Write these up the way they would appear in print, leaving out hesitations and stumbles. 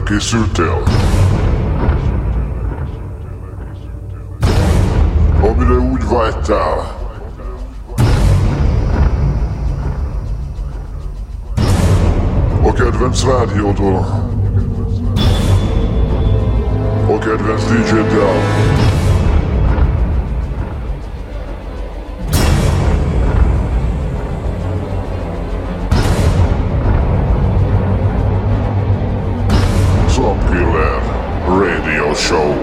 Felkészültél? Amire úgy vágytál? A kedvenc rádiótól? A kedvenc DJ-ddel? Killer Radio Show.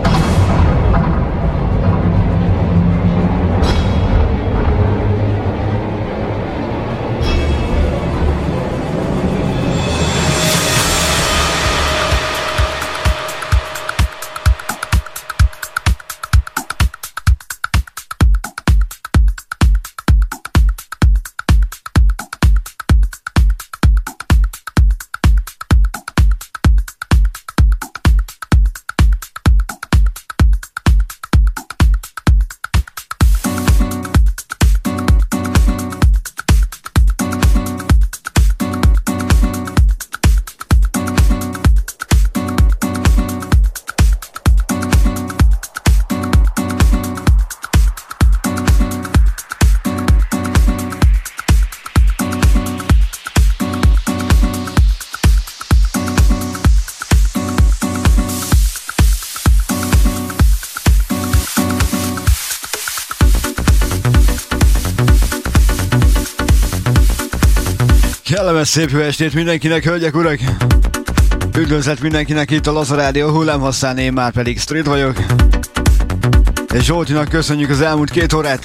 Kellemes szép jó estét mindenkinek, hölgyek, urak! Üdvözlet mindenkinek itt a Laza Rádió hullámhosszán, én már pedig Street vagyok. És Zsoltinak köszönjük az elmúlt 2 órát.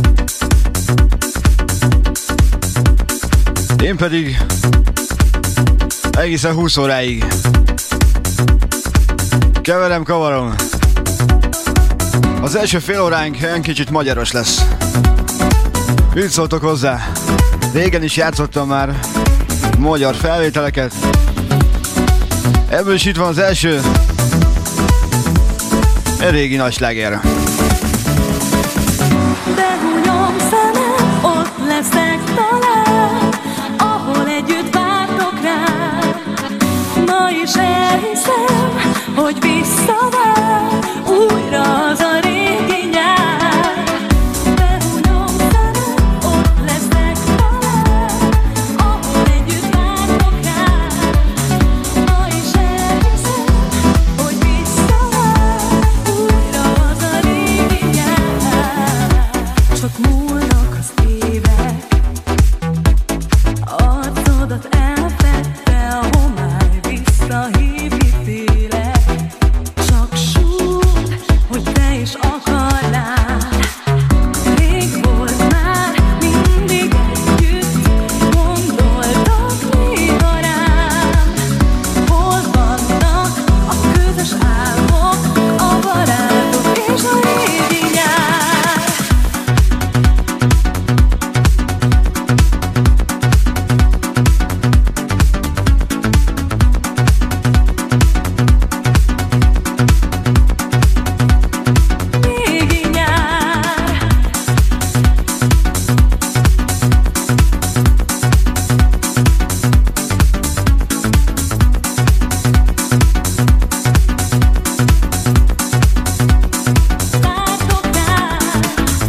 Én pedig egészen 20 óráig keverem, kavarom. Az első fél óránk olyan kicsit magyaros lesz. Mit szóltok hozzá? Régen is játszottam már magyar felvételeket. Ebből is itt van az első. Egy régi nagy sláger. Behúnyom szemem, ott leszek talán, ahol együtt vártok rám. Ma is elhiszem, hogy visszavár újra az a régi nyár. Behúnyom szemem, ott leszek talán, ahol együtt vártok rám. Ma is elhiszem, hogy visszavár újra az a régi nyár. Csak múlnak az évek, arcodat elfedte a homály, visszahív ítélek. Csak súg, hogy te is akarnál. Rég volt már, mindig együtt gondoltak néha rám. Hol vannak a közös álmok, a barátok és a régi nyár? Régi nyár. Vártok rám.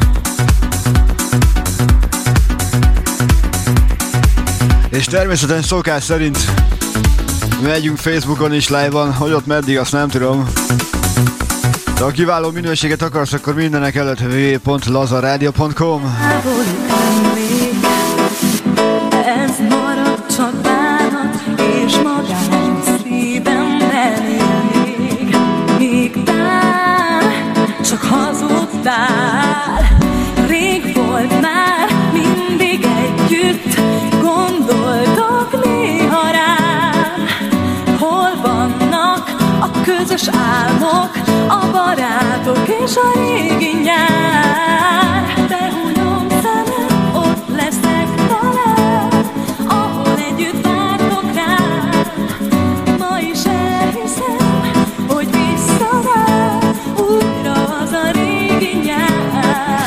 És természetesen szokás szerint megyünk Facebookon is live-on, hogy ott meddig, azt nem tudom. De ha kiváló minőséget akarsz, akkor mindenek előtt www.lazaradio.com. Távoli emlék, ez marad csak bánat, és magány szívemben él még. Míg tán, csak hazudtál. Rég volt már, mindig együtt gondoltok néha rám. Hol vannak a közös álmok, a barátok és a régi nyár? Behúnyom szemem, ott leszek talán, ahol együtt vártok rám. Ma is elhiszem, hogy visszavár újra az a régi nyár.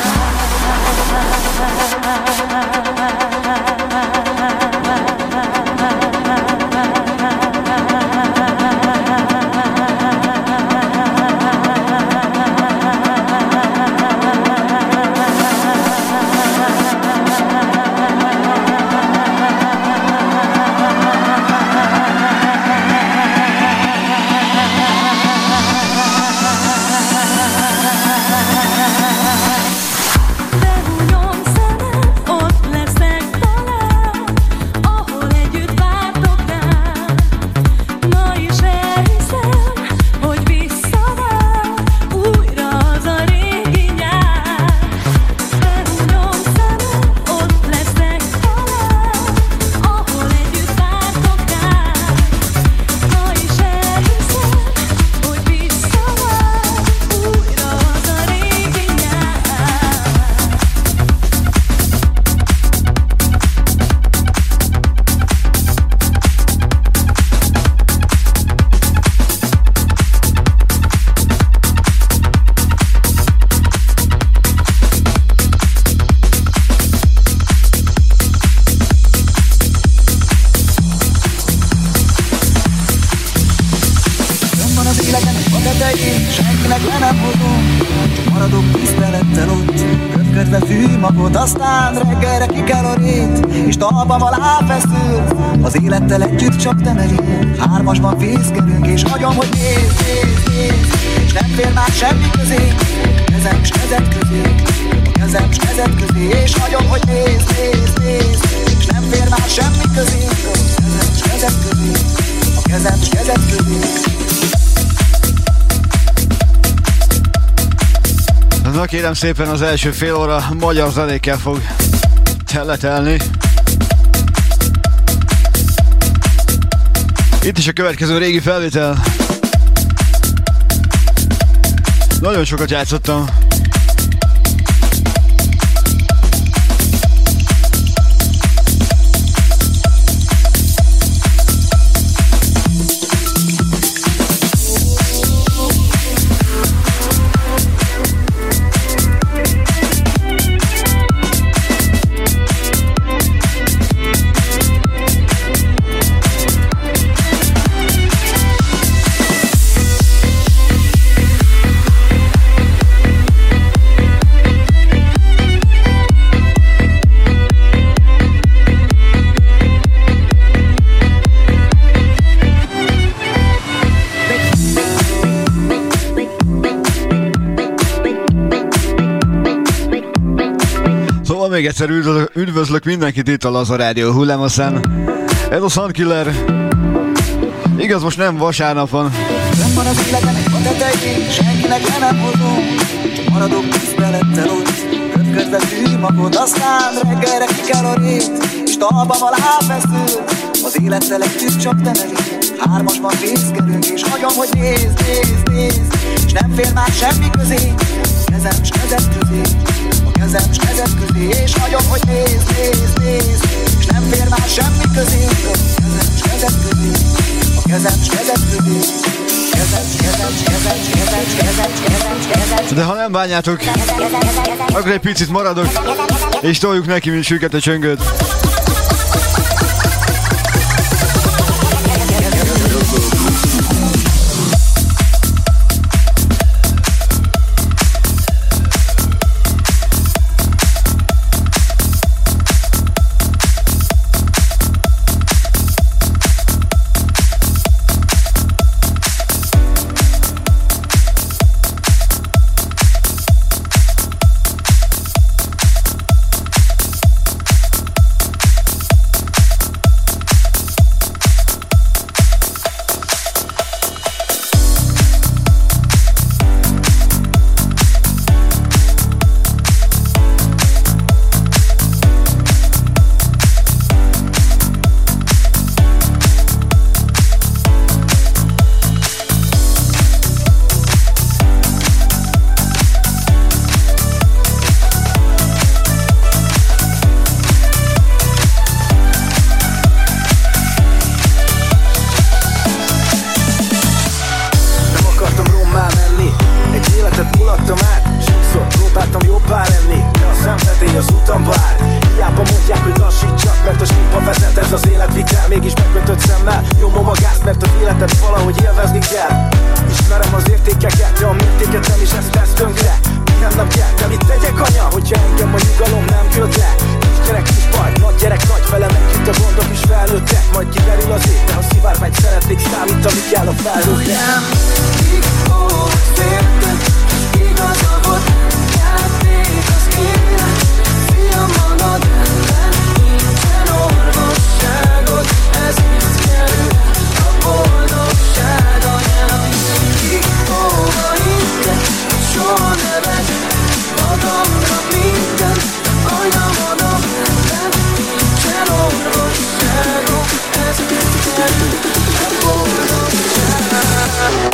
tetején, senkinek le nem hozom. Csak maradok tisztelettel ott, köpködve fűmagot, aztán reggelre kikel a rét, és talpam alá feszül. Az élettel együtt csak te merén, hármasban fészkelünk, és hagyom, hogy nézd, és nem fér már semmi közé. Kezem s kezed közé, a kezem s kezed közé, és hagyom, hogy nézd, és nem fér már semmi közé. A kezem s kezed közé, a kezem s kezed közé. Na kérem szépen, az első fél óra magyar zenékkel fog teletelni. Itt is a következő régi felvétel. Nagyon sokat játszottam. Még egyszer üdvözlök mindenkit itt a Laza Rádió hullámoszán. Ez a Sunkiller. Igaz, most nem vasárnap van. Nem van az életenek a tetején, senkinek le nem hozom. Csak maradok tisztelettel ott, köpködve fűmagot, aztán reggelre kikel a rét, és talpam alá feszül. Az élettel együtt csak te merén, hármasban fészkelünk, és hagyom, hogy nézd, és nem fér már semmi közé. Kezem s kezed közé, a kezem s kezed közé, és hagyom, hogy nézd, és nem fér már semmi közé. A kezem s kezed közé, a kezem s kezed közé. De ha nem bánjátok, akkor egy picit maradok, és toljuk neki, mint süket a csöngöt. Boldogság.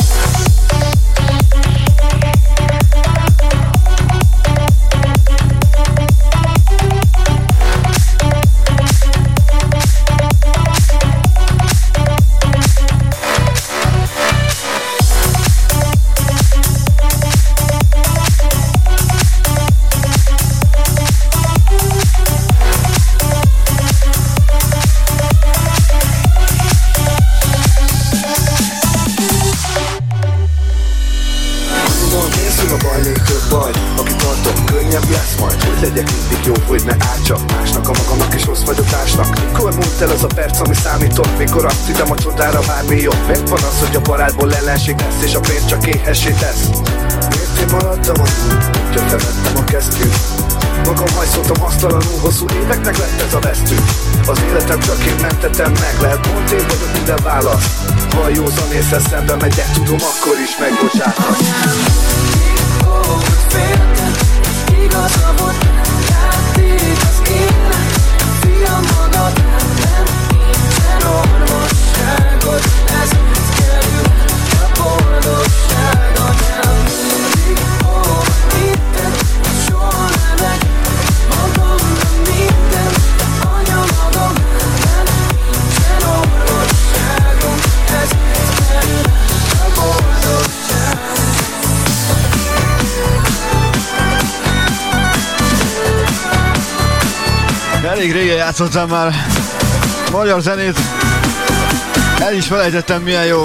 baj, aki tartom, könnyebb lesz majd. Hogy legyek mindig jó, hogy ne ártsak másnak, a magamnak és rossz vagy a társnak. Mikor múlt el az a perc, ami számított, mikor azt hittem a csodára bármi jobb. Megvan az, hogy a barátból ellenség lesz, és a pénz csak éhessé tesz. Miért én maradtam az út, hogyha felvettem a kesztyűt? Magam hajszoltam asztalanul, hosszú éveknek lett ez a vesztő. Az életem csak én mentettem meg, lehet pont én vagyok minden válasz. Ha a józan észre szembe megyek, tudom akkor is megbocsátani. Féltem, igaza volt, játék az élet, fiam magad ellen, nincsen orvosságod, ezért kerül a boldogsága, nem mindig hol hitted, soha nem megy, magamra minden, anya magam ellen, nincsen orvosságom, ezért kerül a boldogság. Elég régen játszottam már magyar zenét, el is felejtettem milyen jó.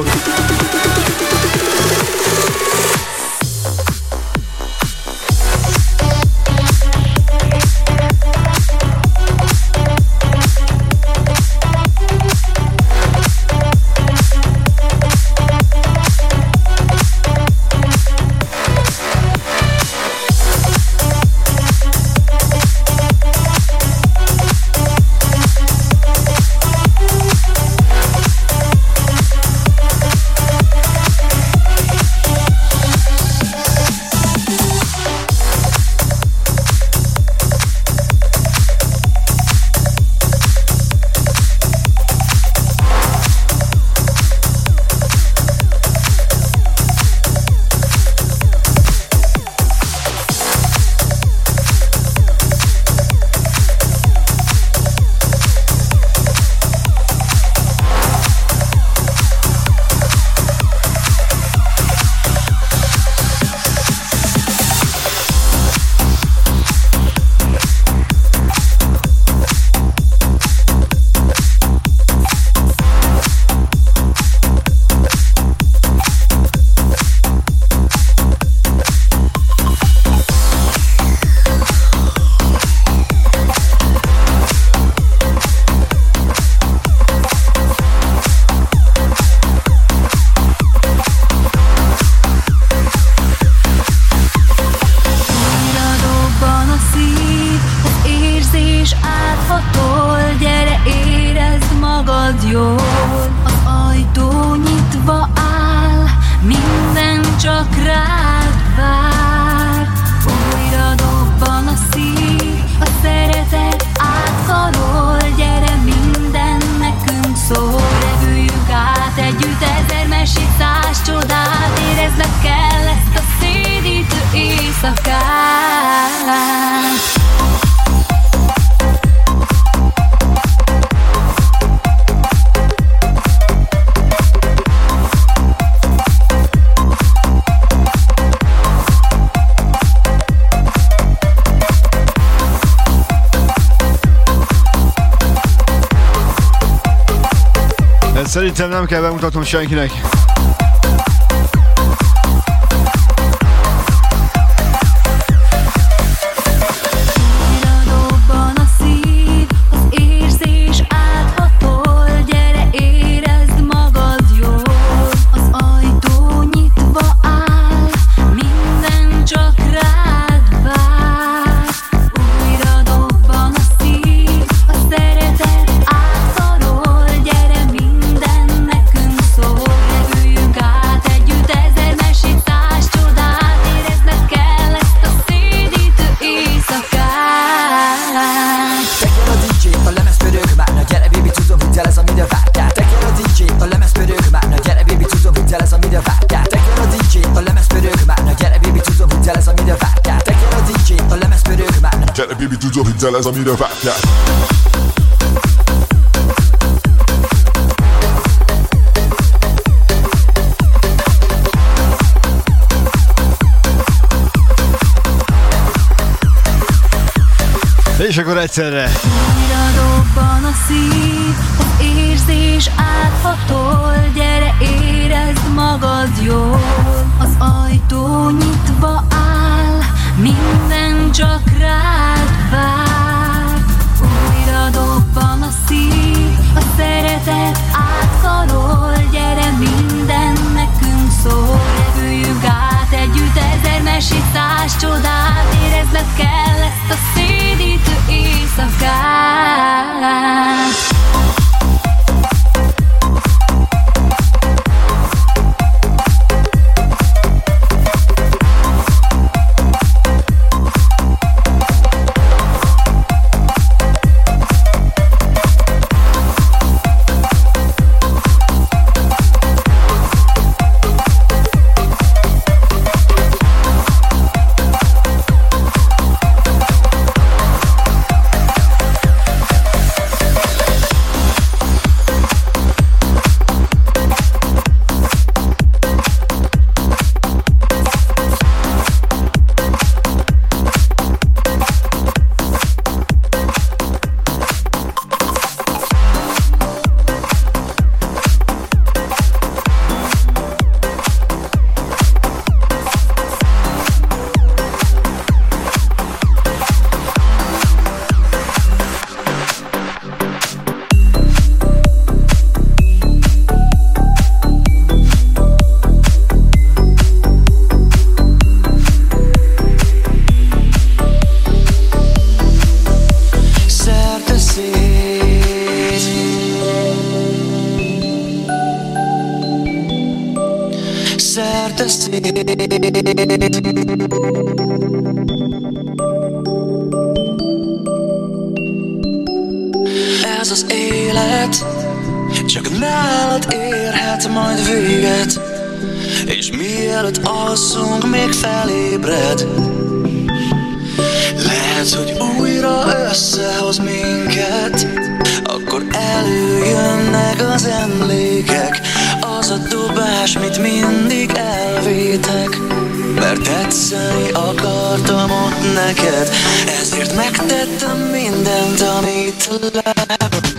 Szerintem nem kell bemutatnom senkinek. Baby, tudom, hidd ez, amire vágyják. És akkor egyszerre. Újra robban a szív, az érzés áthatol, gyere érezd magad jól. Az ajtó nyitva áll, szerteszét. Ez az élet csak nálad érhet majd véget, és mielőtt alszunk, még felébred. Lehet, hogy újra összehoz minket, akkor előjönnek az emlékek, az a dobás, mit mindig elvétek. Mert tetszeni akartam ott neked, ezért megtettem mindent, amit lehet.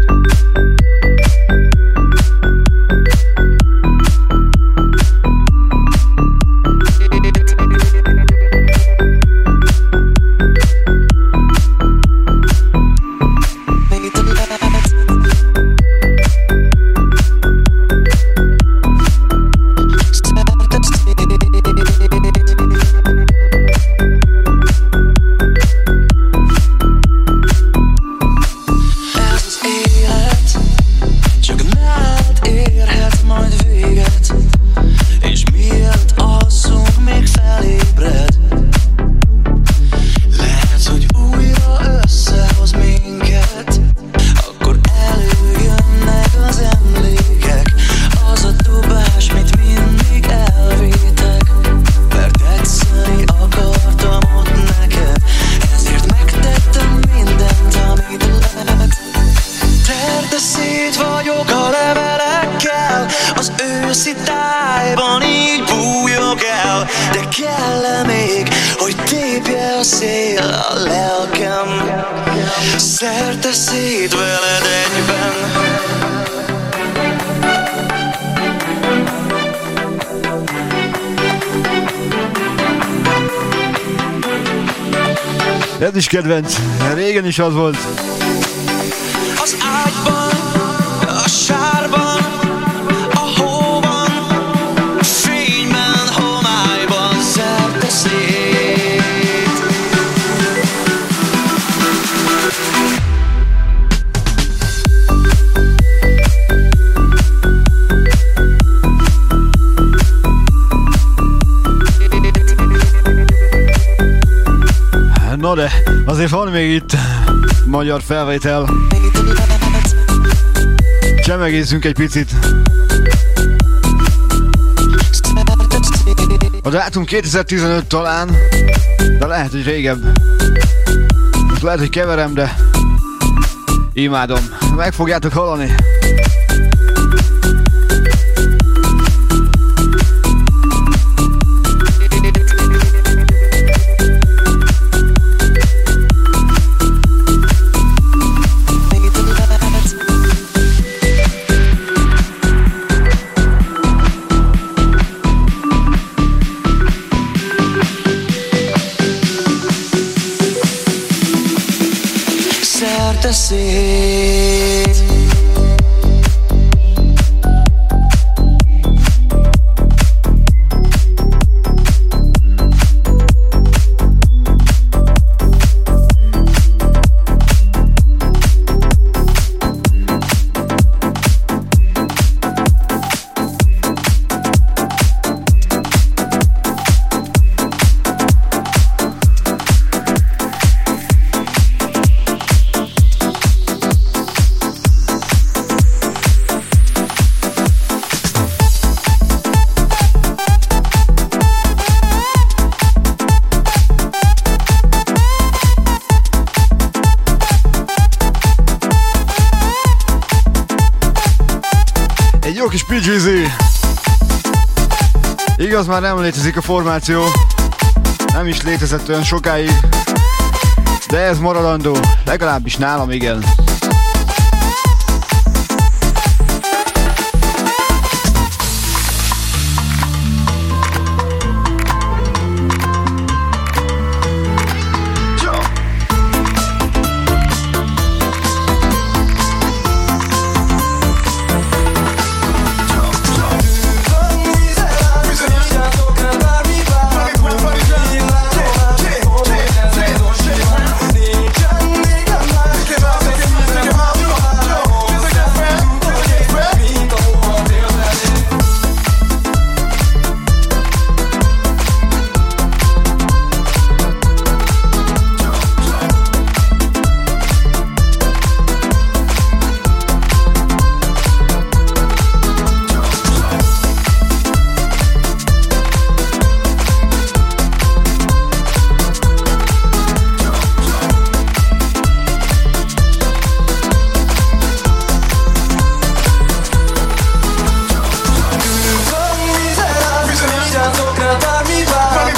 Ez is kedvenc, régen is az volt. Az ágyban, a sárban, a hóban, fényben, homályban szerteszét. Na de, azért van még itt magyar felvétel. Csemegészünk egy picit. A dátum 2015 talán, de lehet, hogy régebb. Most lehet, hogy keverem, de imádom. Meg fogjátok hallani. Szerteszét. Jó kis PGZ. Igaz, már nem létezik a formáció. Nem is létezett olyan sokáig. De ez maradandó. Legalábbis nálam igen.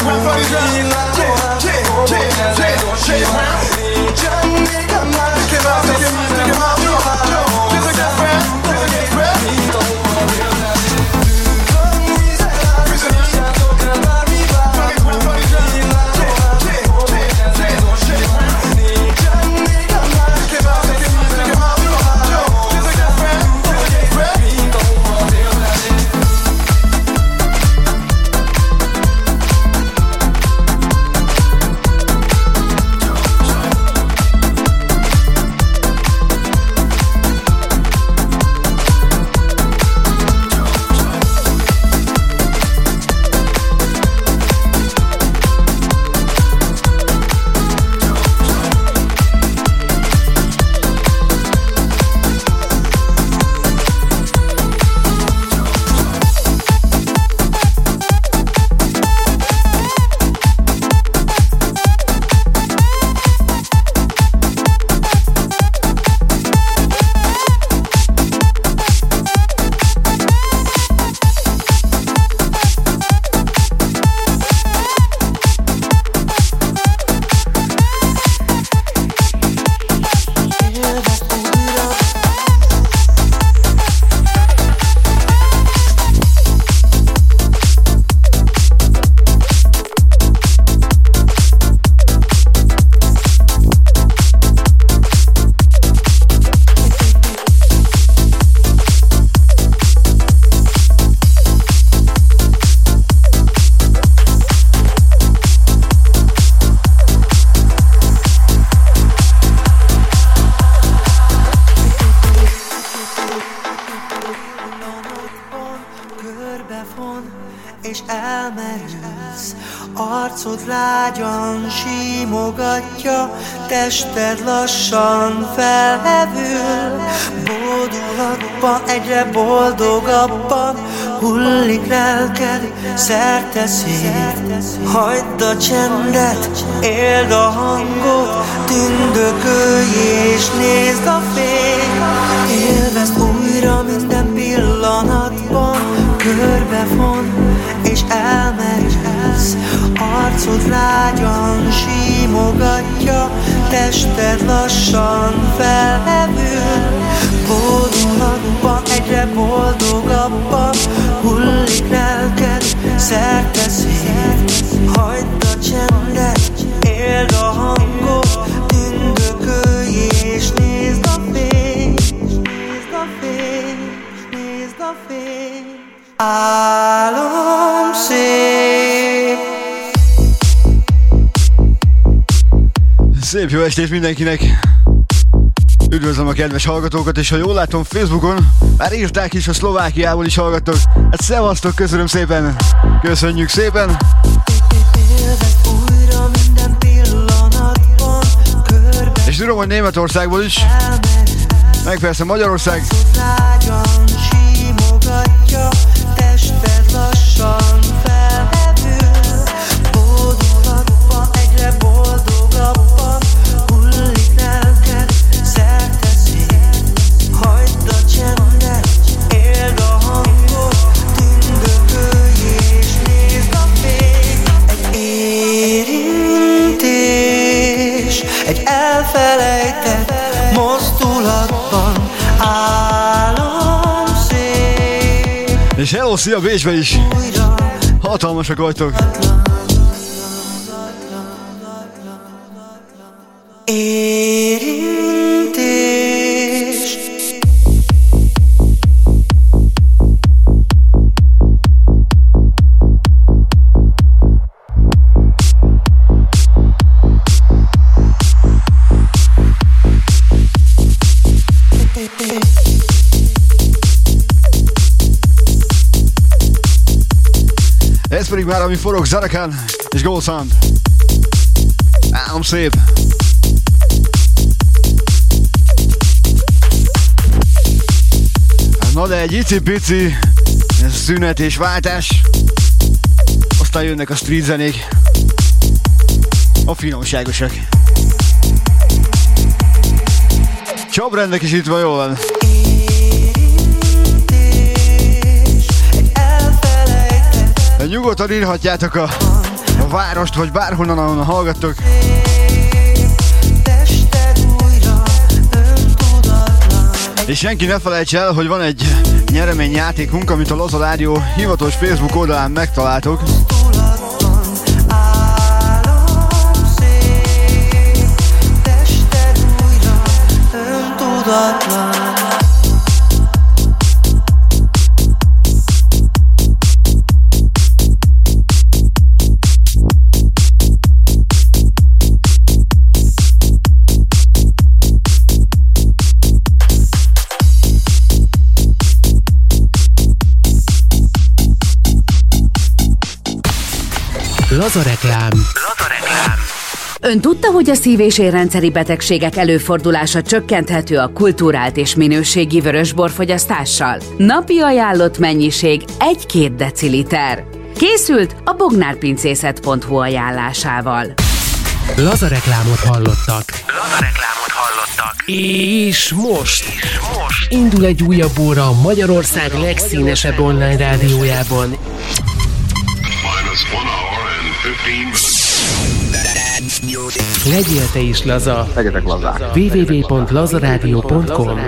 és elmerülsz. Arcod lágyan simogatja, tested lassan felhevül. Boldogatban, egyre boldogabban hullik lelked szerteszét. Hagyd a csendet, éld a hangot, tündökölj és nézd a fényt. Élvezd újra minden pillanatban, körbefon és elmerülsz. Arcod lágyan simogatja, tested lassan felhevül. Boldogatban, egyre boldogabban hullik lelked szerteszét. Hagyd a csendet, éld a hangot, tündökölj és nézd a fényt. Nézd a fényt, nézd a fényt. Álom szép. Szép jó estét mindenkinek! Üdvözlöm a kedves hallgatókat, és ha jól látom Facebookon, már írták is, a Szlovákiából is hallgattok. Hát szevasztok, köszönöm szépen! Köszönjük szépen! És tudom, hogy Németországból is, meg persze Magyarország. Tested lassan felhevül, boldogabban, egyre boldogabban hullik lelked szerteszét. Hagyd a csendet, éld a hangot, tündökölj és nézd a fényt. Egy érintés, egy elfelejtett mozdulatban álom szép. És hello, szia Bécsben is! Hatalmasak vagytok! Érintés. Ez pedig már ami forog, Zarakan és Gold Sound. Álom szép! Na de egy icipici szünet és váltás, aztán jönnek a street zenék, a finomságosak. Csabrendek is itt van, jól van. De nyugodtan írhatjátok a várost, vagy bárhonnan, ahonnan hallgattok. És senki ne felejts el, hogy van egy nyereményjátékunk, amit a Laza Rádió hivatalos Facebook oldalán megtaláltok. Laza reklám. Ön tudta, hogy a szív- és érrendszeri betegségek előfordulása csökkenthető a kulturált és minőségi vörösborfogyasztással? Napi ajánlott mennyiség 1-2 deciliter. Készült a bognárpincészet.hu ajánlásával. Laza reklámot hallottak. És most indul egy újabb óra Magyarország legszínesebb online rádiójában. Legyél te is laza. Legyetek lazák. www.lazaradio.com.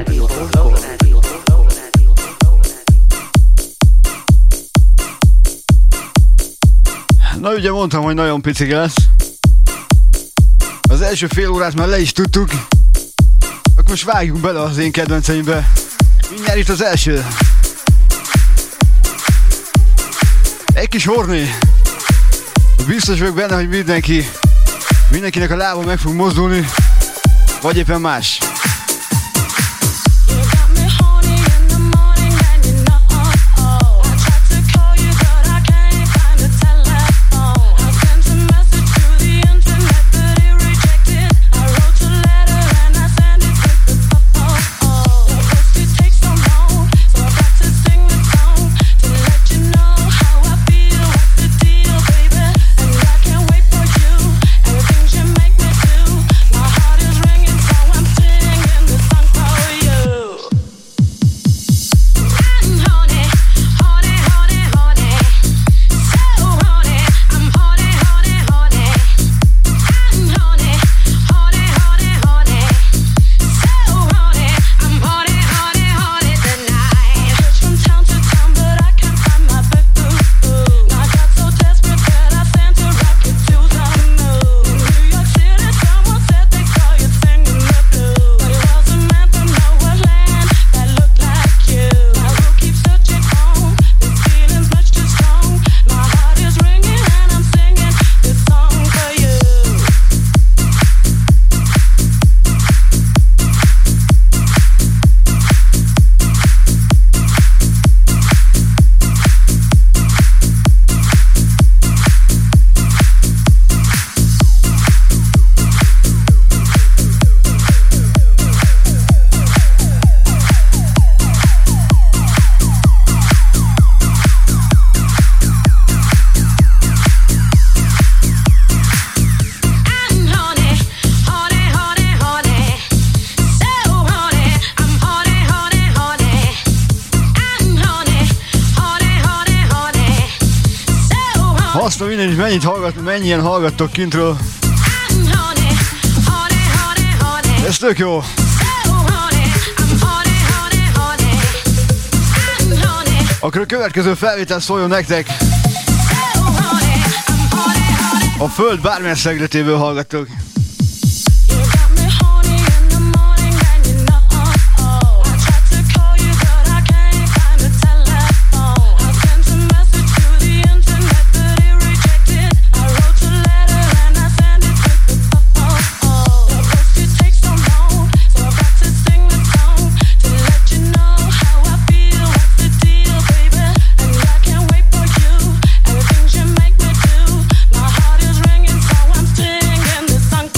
Na ugye mondtam, hogy nagyon picike lesz. Az első fél órát már le is tudtuk. Akkor most vágjunk bele az én kedvenceimbe. Mindjárt itt az első. Egy kis horné. Biztos vagyok benne, hogy mindenkinek a lába meg fog mozdulni. Vagy éppen más. Azt a minden, mennyien hallgattok kintről. Ez tök jó. Akkor a következő felvétel szóljon nektek. A föld bármilyen szegletéből hallgattok. Sunk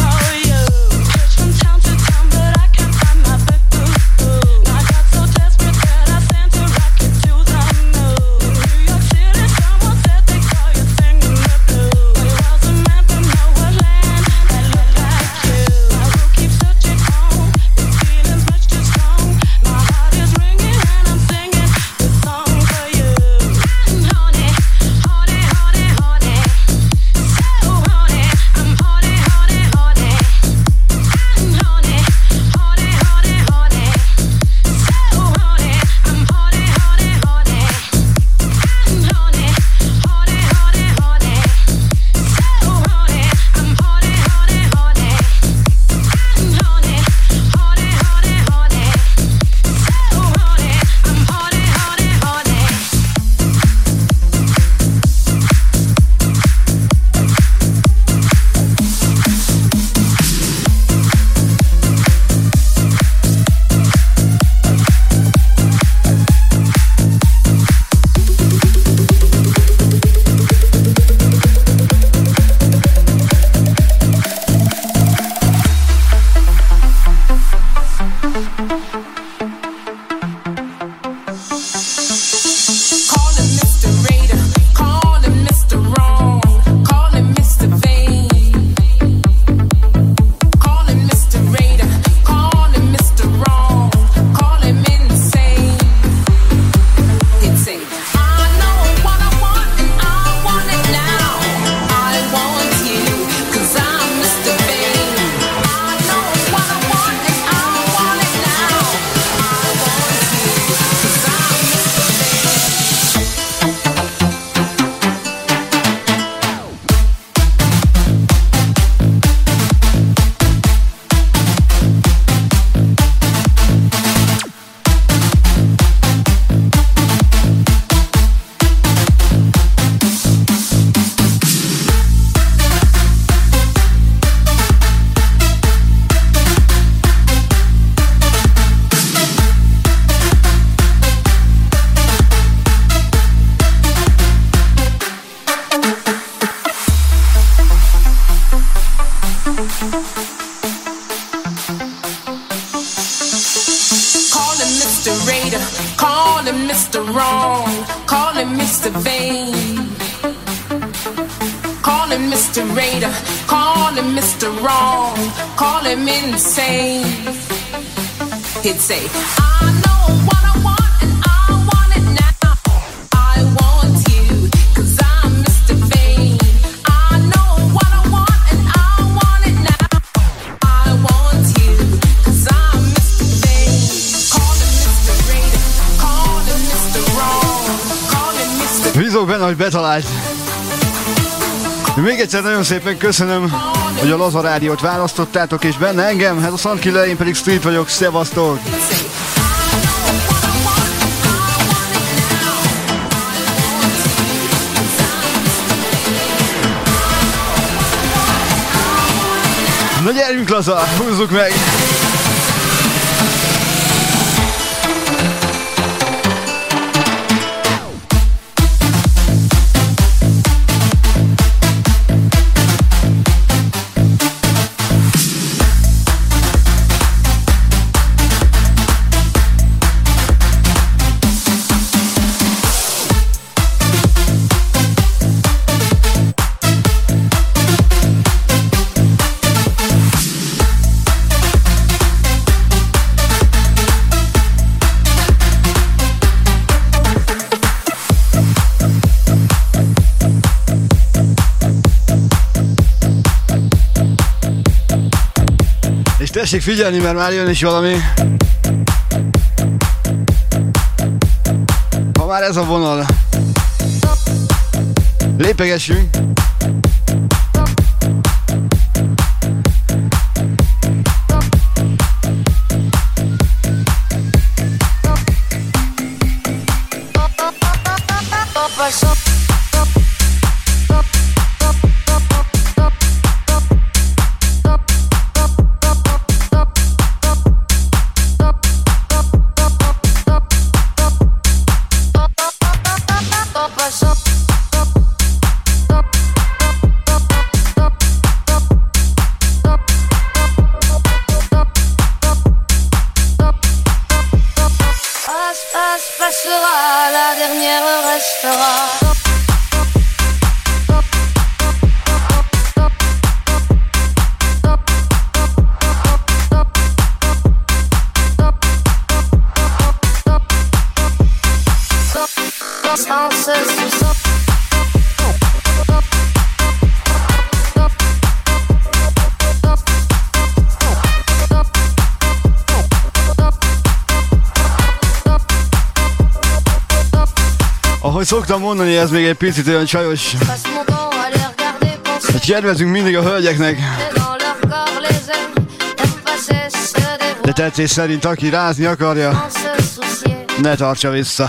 him Mr. Raider, call him Mr. Wrong, call him insane. He'd say, I know what I want and I want it now. I want you, 'cause I'm Mr. Vain. I know what I want and I want it now. I want you, 'cause I'm Mr. Vain. Call him Mr. Raider, call him Mr. Wrong, call him Mr. Bízok benne, hogy betalált. Még egyszer nagyon szépen köszönöm, hogy a Laza Rádiót választottátok, és benne engem, hát a Soundkiller, én pedig Street vagyok, szevasztok! Na gyerünk Laza, húzzuk meg! Tessék figyelni, mert már jön is valami. Ha már ez a vonal. Lépegessünk. Ahogy szoktam mondani, ez még egy picit olyan csajos. Hát kedvezünk mindig a hölgyeknek. De tetszés szerint aki rázni akarja, ne tartsa vissza.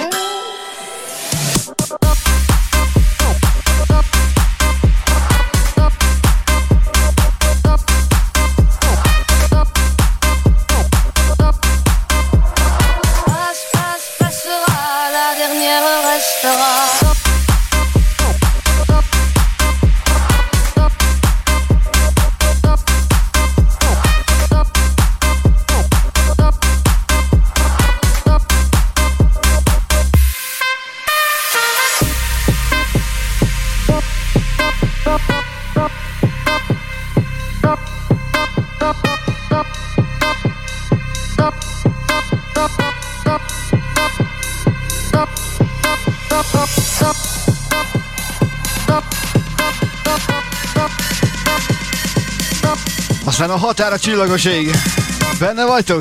Aztán a határ a csillagos ég. Benne vagytok?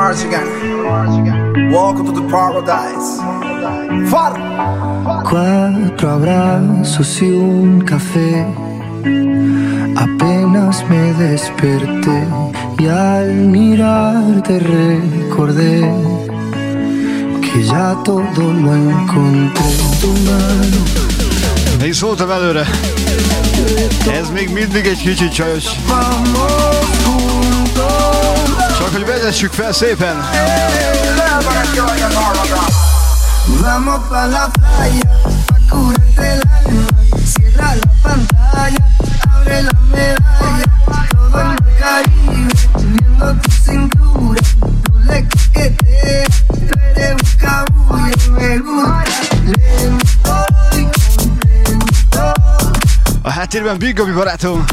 Mars again. Welcome to the paradise. Far. 4 abrazos y un café. Apenas me desperté y al mirarte recordé que ya todo lo encontré en tu mano. Én szóltam előre. Ez még mindig egy kicsit csajos. Csak hogy vezessük fel szépen. Vamos pa la playa, pa curarte el alma. Cierra la pantalla, abre la medalla. Todo en el Caribe, viendo tu cintura. Tú le coqueteas, tú eres un cabullo. Me gusta lento y contento. A háttérben Big Gabi barátom.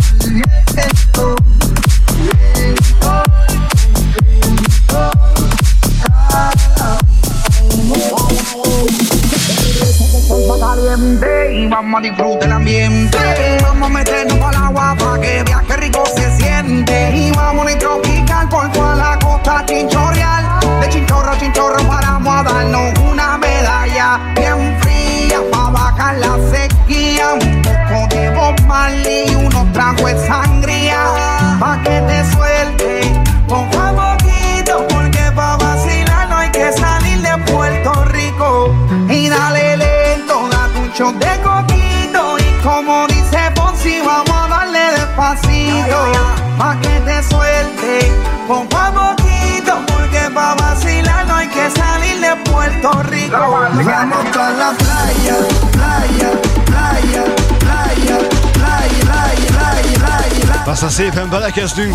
Y vamos a disfrutar el ambiente. Vamos a meternos al agua pa' que veas que rico se siente. Y vamos a tropical por toda la costa chinchorreal. De chinchorro a chinchorro paramos a darnos una medalla bien fría pa' bajar la sequía. Un poco de Bob Marley y unos tragos de sangría pa' que te suelte poco a poquito, porque pa' vacilar no hay que salir de Puerto Rico. Y dale lento, date un shot de coquito. Y como dice Ponzi, vamos a darle despacito pa' que te suelte poco a poquito, porque pa' vacilar no hay que salir de Puerto Rico. Vamos pa' la playa, playa, playa, playa, playa, playa, playa, playa. Aztán szépen belekezdünk.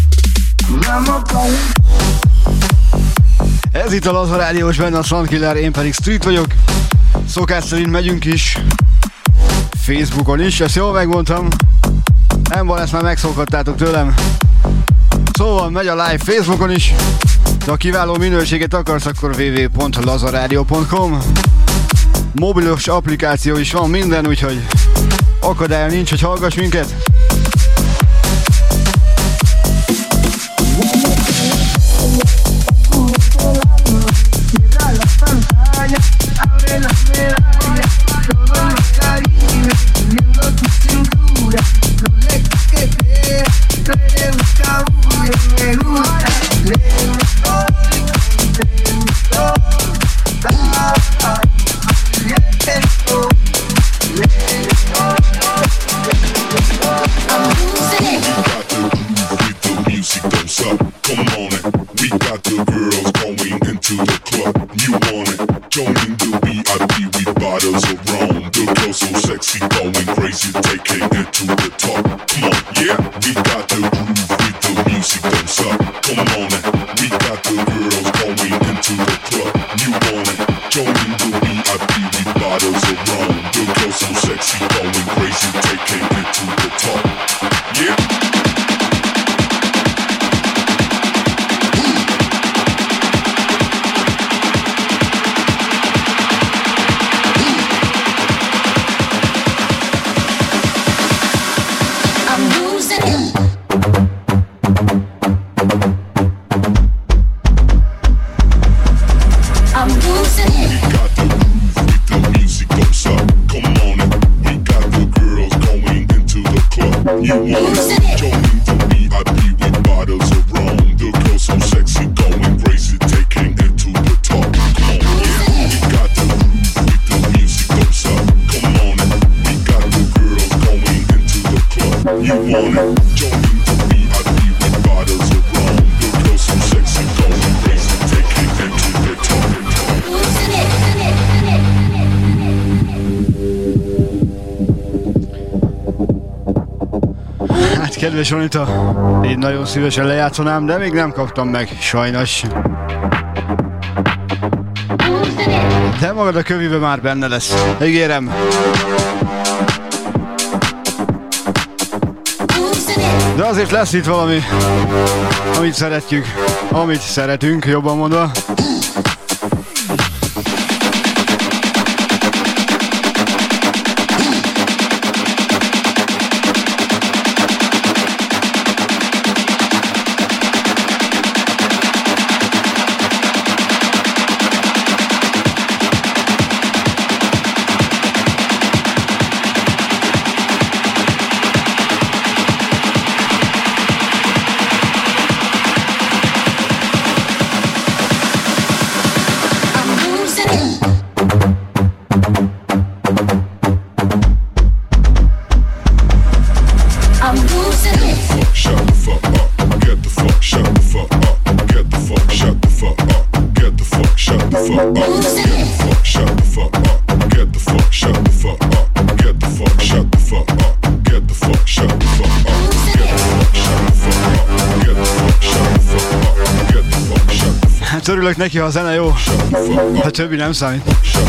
Ez itt a Laza Rádiós, benne a Soundkiller, én pedig Street vagyok. Szokás szerint megyünk is Facebookon is, ezt jól megmondtam. Nem van, ezt már megszokhattátok tőlem. Szóval megy a live Facebookon is. De ha kiváló minőséget akarsz, akkor www.lazaradio.com. Mobilos applikáció is van, minden, úgyhogy akadálya nincs, hogy hallgass minket. Kedves Anita, én nagyon szívesen lejátszanám, de még nem kaptam meg, sajnos. De magad a kövibe már benne lesz, ígérem. De azért lesz itt valami, amit szeretjük, amit szeretünk, jobban mondva. fuck up. Get the fuck, shut the fuck up. Get the fuck, shut the fuck up. Get the fuck, shut the fuck up. Get the fuck, shut the fuck up. Get the fuck, shut the fuck up. Get the fuck, shut the fuck up. Get the fuck, shut the fuck up. Hát örülök neki, ha a zene jó. Ha többi nem számít.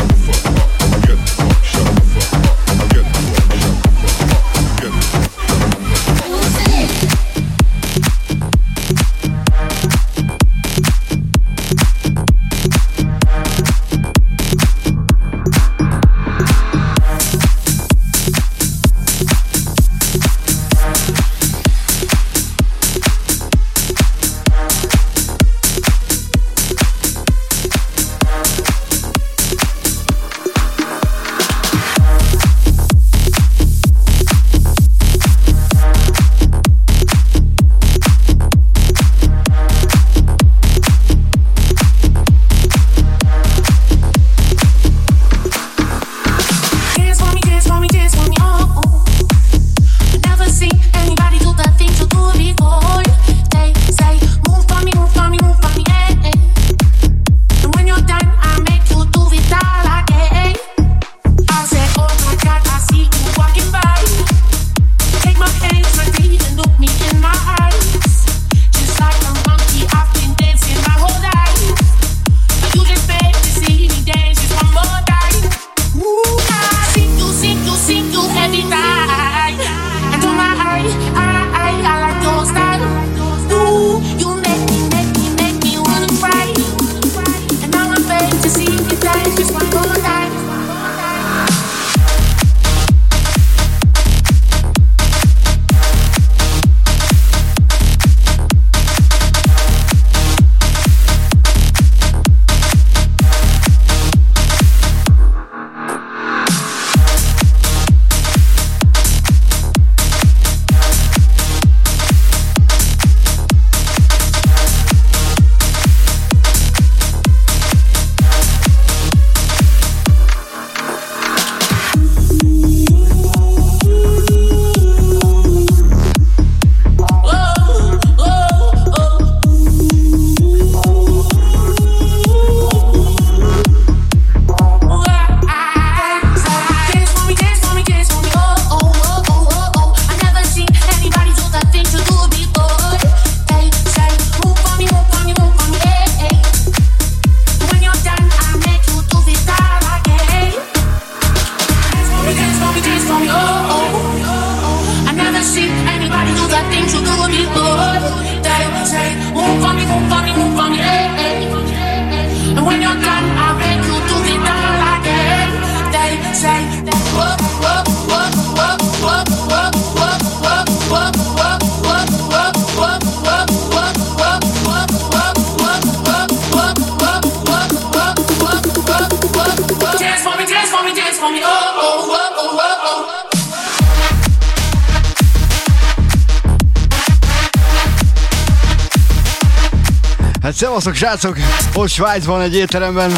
Szevasztok srácok, ott Svájcban egy étteremben.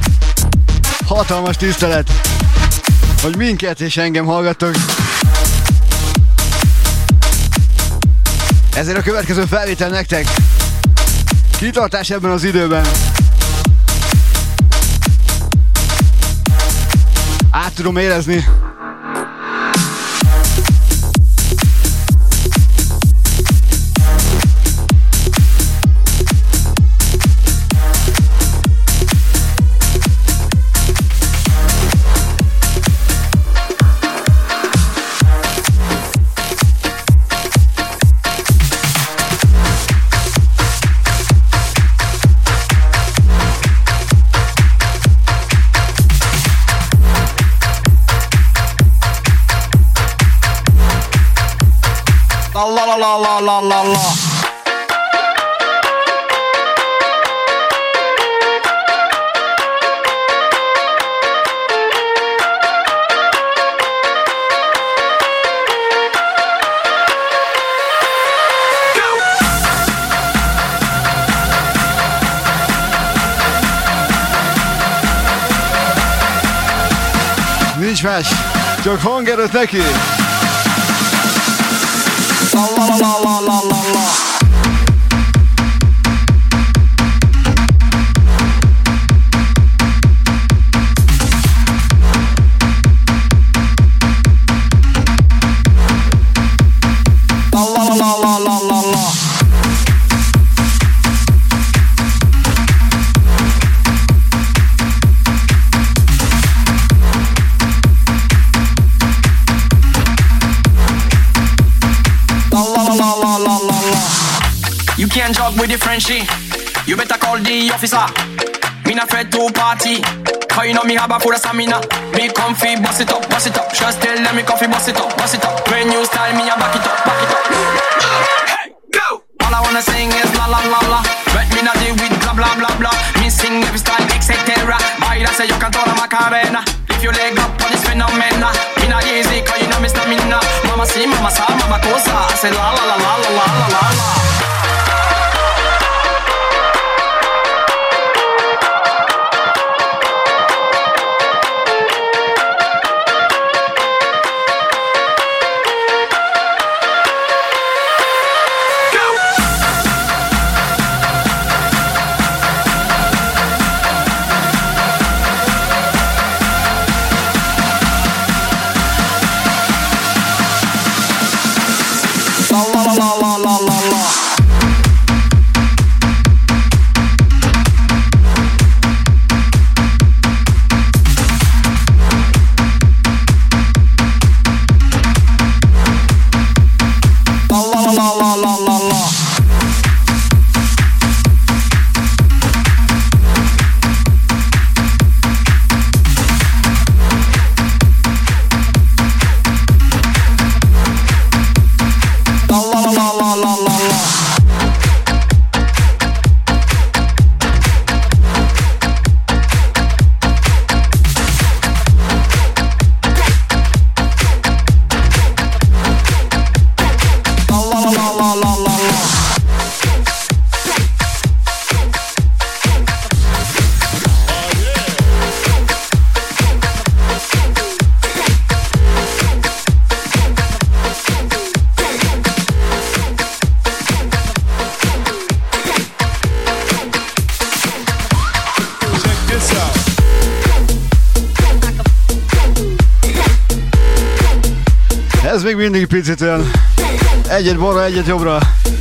Hatalmas tisztelet, hogy minket és engem hallgattok. Ezért a következő felvétel nektek. Kitartás ebben az időben. Át tudom érezni. La. Nincs más, csak hangerőt neki! La. and jog with the Frenchie. You better call the officer. Me not afraid to party. Cause you know me have a full of stamina. Me comfy, bust it up, bust it up. Just tell them me comfy, bust it up, bust it up. When you style me, I back it up, back it up. Hey, go! All I wanna sing is la la la la. Let me not deal with blah blah blah blah. Me sing every style, etc. Baila say you can turn a Macarena. If you leg up on this phenomena. Me not easy, cause you know me stamina. Mama see, mama sa, mama cosa. I say la la la la la la la la la. Ez még mindig picit olyan egyet balra, egyet jobbra.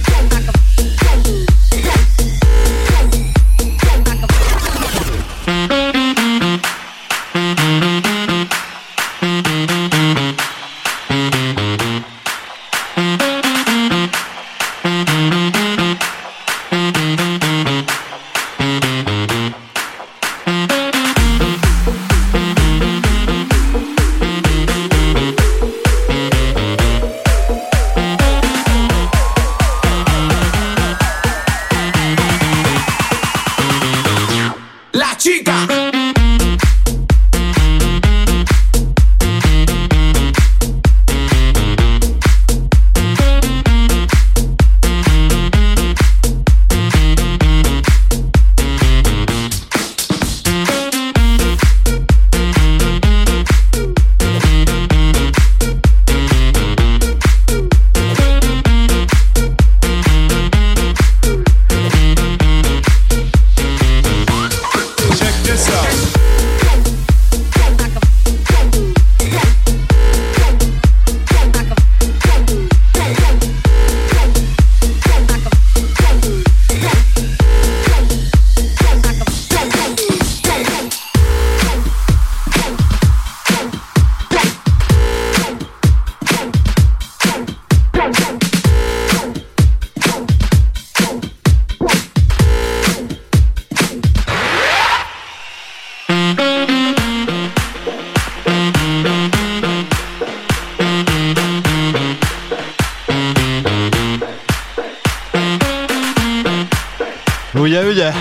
Ugye?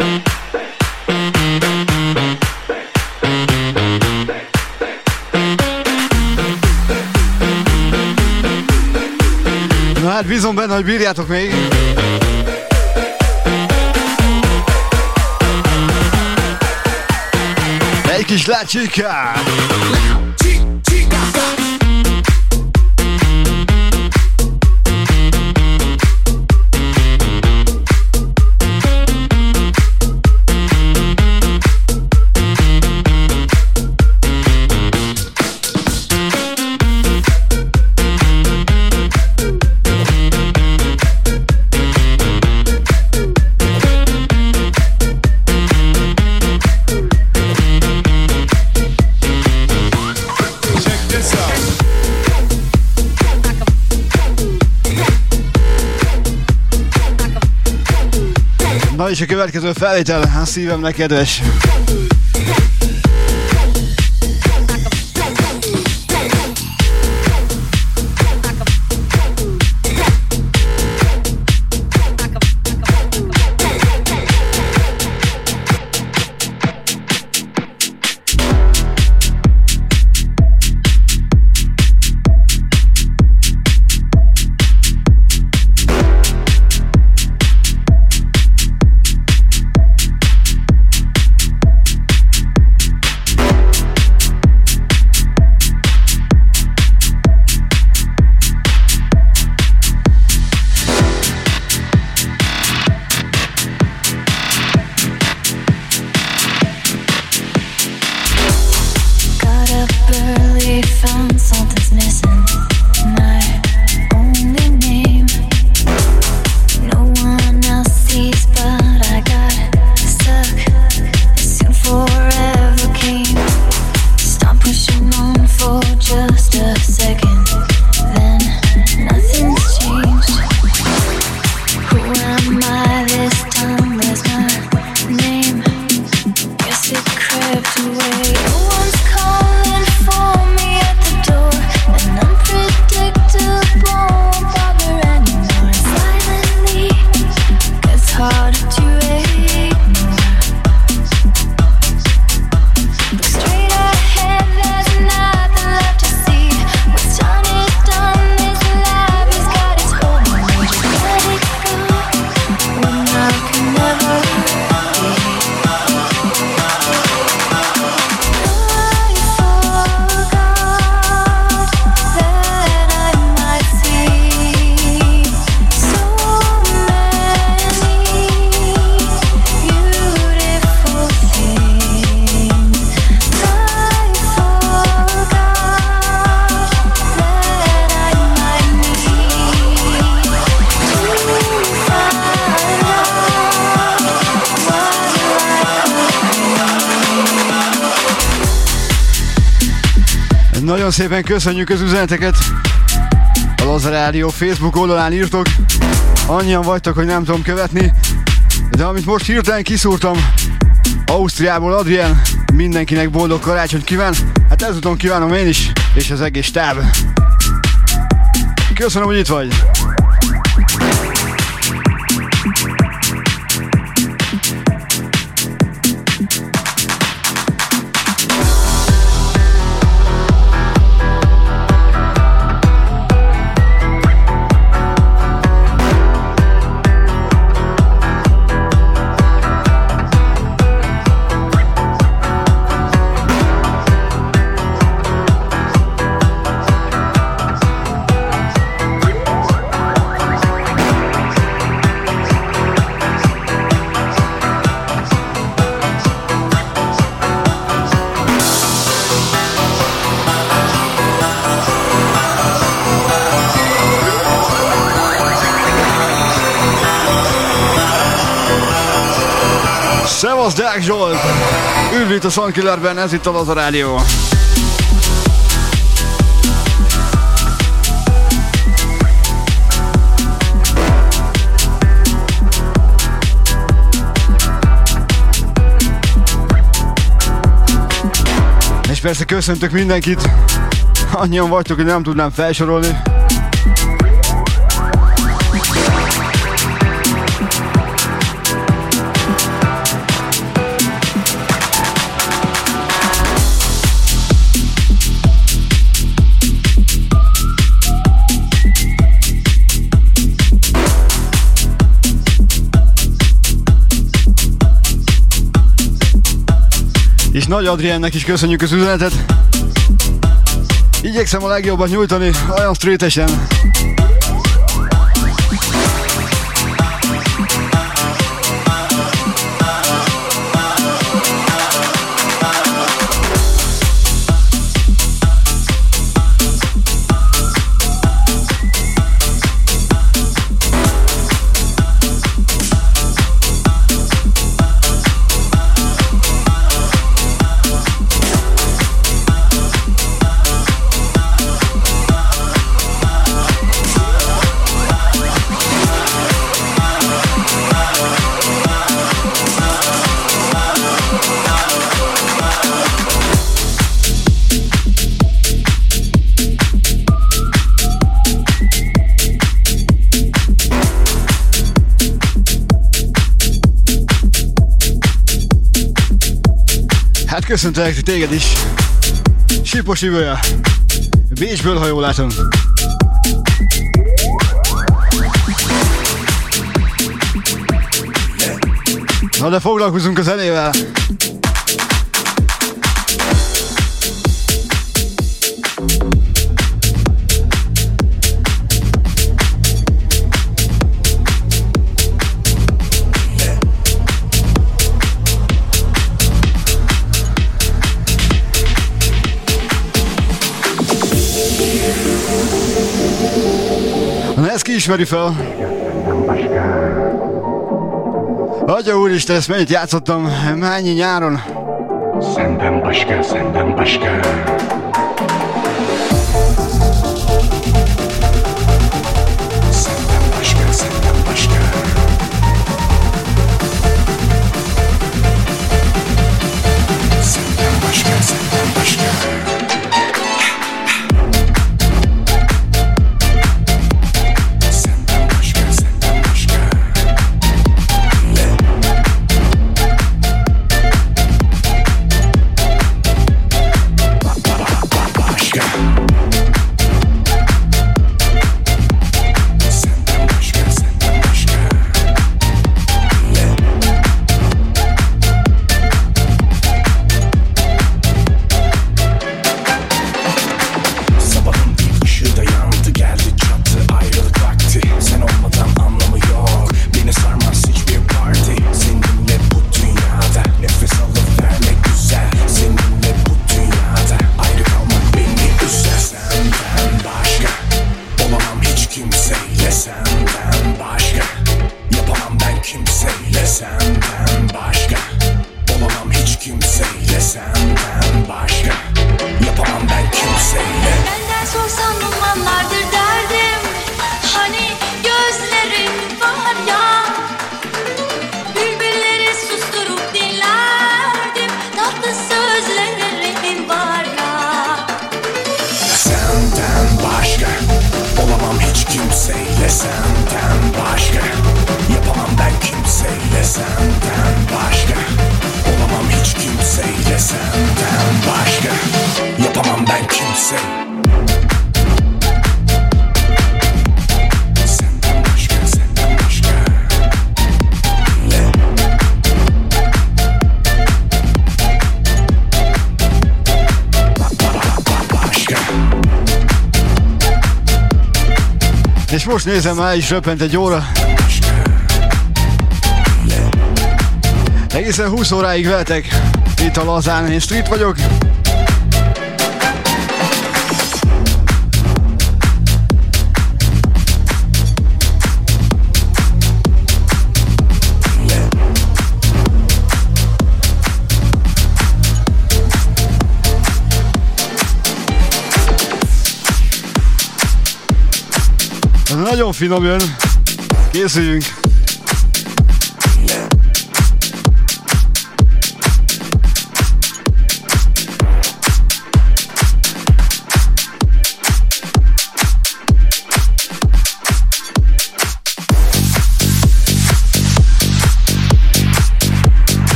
Na hát bízom benne, hogy bírjátok még. Egy kis látsika! Na és a következő felvétel a szívemnek kedves. Nagyon szépen köszönjük az üzeneteket. A Laza Rádió Facebook oldalán írtok. Annyian vagytok, hogy nem tudom követni. De amit most hirtelen kiszúrtam, Ausztriából Adrien, mindenkinek boldog karácsonyt kíván. Hát ezúton kívánom én is, és az egész stáb. Köszönöm, hogy itt vagy. Szevasz, Deák Zsolt! Üdv itt a Soundkillerben, ez itt a Laza Rádió. És persze köszöntök mindenkit. Annyian vagytok, hogy nem tudnám felsorolni. És Nagy Adriennek is köszönjük az üzenetet. Igyekszem a legjobbat nyújtani, olyan streetesen. Hát köszöntelek téged is. Sipos Ibolya. Bécsből, ha jól látom. Na de foglalkozunk a zenével. Na ezt ki ismeri fel? Atya úristen, ezt mennyit játszottam, mennyi nyáron? Senden başka, senden başka. Senden başka, senden başka. Senden başka, senden başka. És most nézem, már is röppent egy óra. Egészen 20 óráig veltek. Itt a lazán, én Street vagyok. Nagyon finom jön. Készüljünk.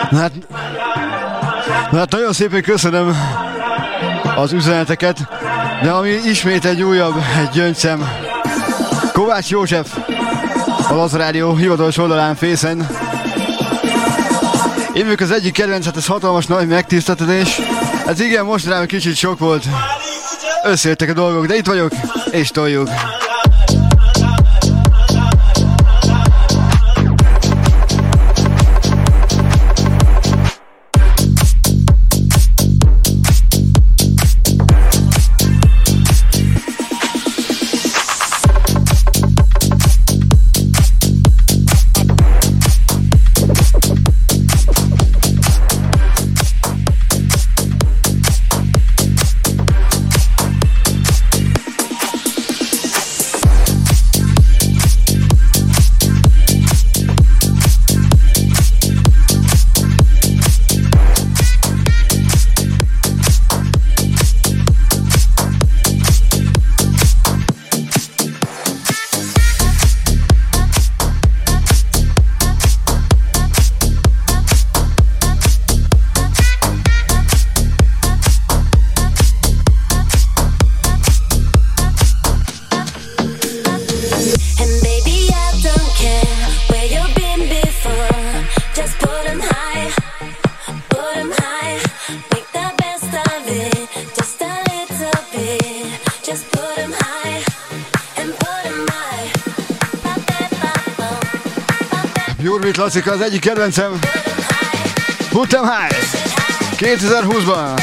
Hát nagyon szépen köszönöm az üzeneteket, de ami ismét egy újabb, egy gyöngyszem. Kovács József, a Laza Rádió hivatalos oldalán Fészen. Én vagyok az egyik kedvenc, hát ez hatalmas nagy megtiszteltetés. Ez igen, most rám egy kicsit sok volt. Összejöttek a dolgok, de itt vagyok, és toljuk. Klasszika, az egyik kedvencem. Put them high 2020-ban.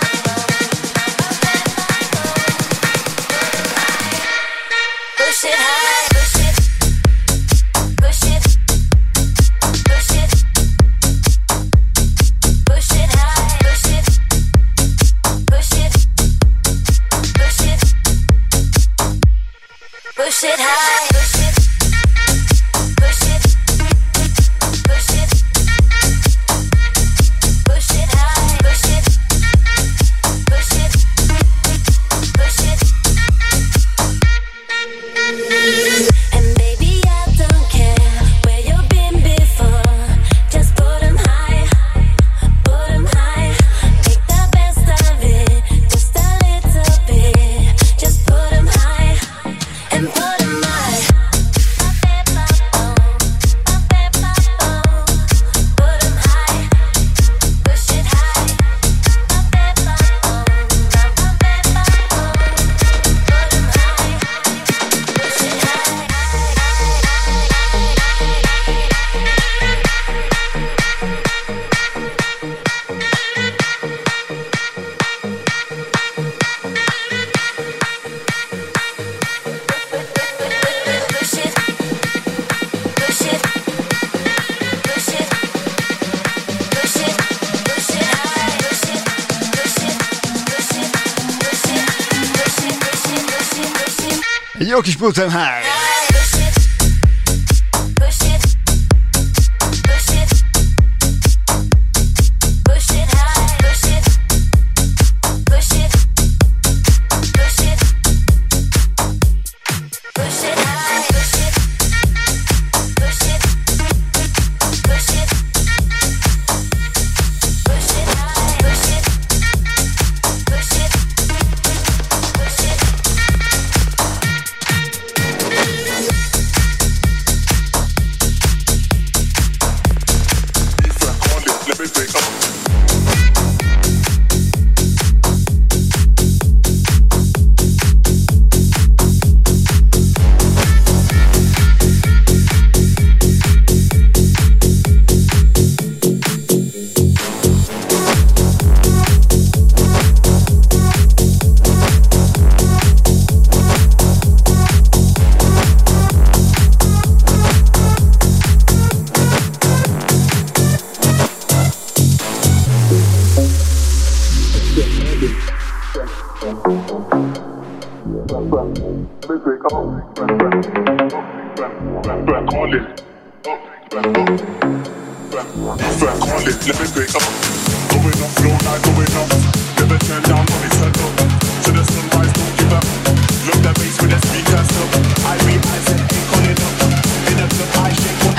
Jó kis put them high.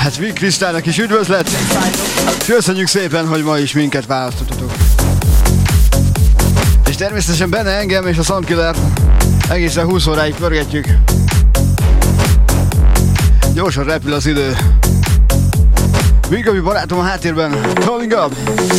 Hát Vig Krisztának is üdvözlet! Köszönjük szépen, hogy ma is minket választottatok. És természetesen benne engem és a Soundkiller egészen 20 óráig pörgetjük. Gyorsan repül az idő. Vigabi barátom a háttérben. Calling up!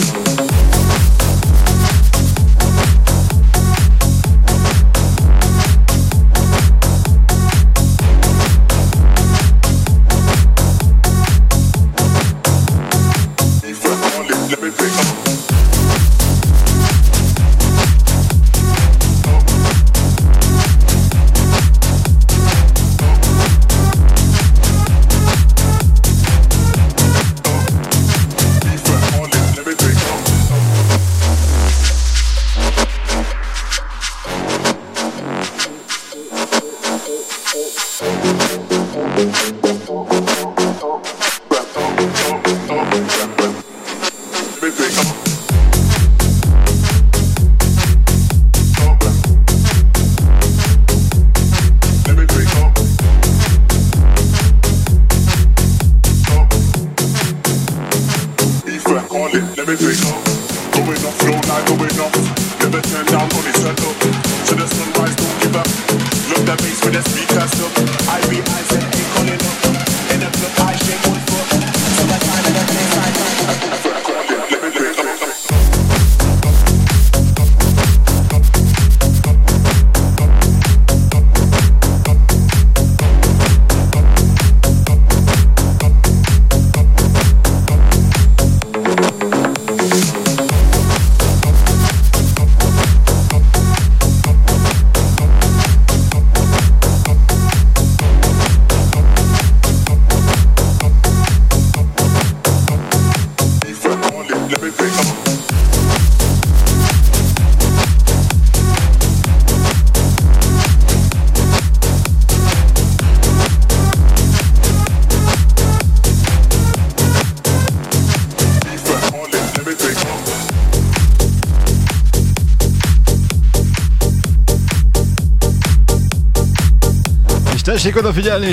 Tessék odafigyelni!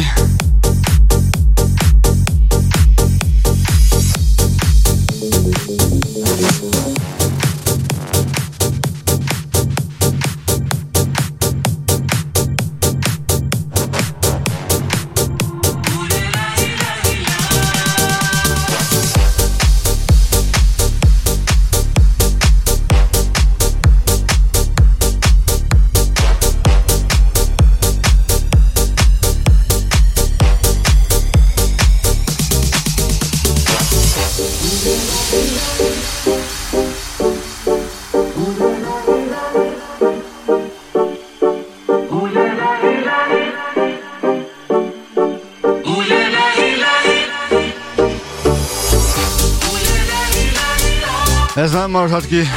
Ez nem maradhat ki.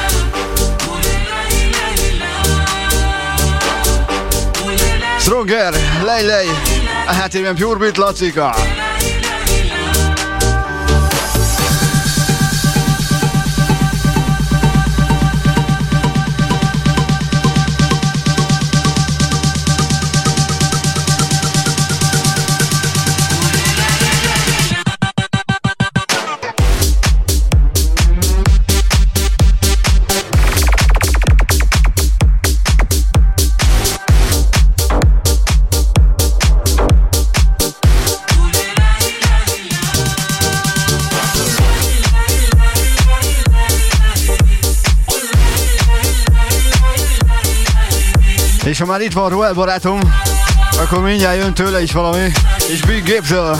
Stronger, Lej, a háttérben Pure Beat Lacika. És ha már itt van Roel barátom, akkor mindjárt jön tőle is valami, és Big Gapes-el.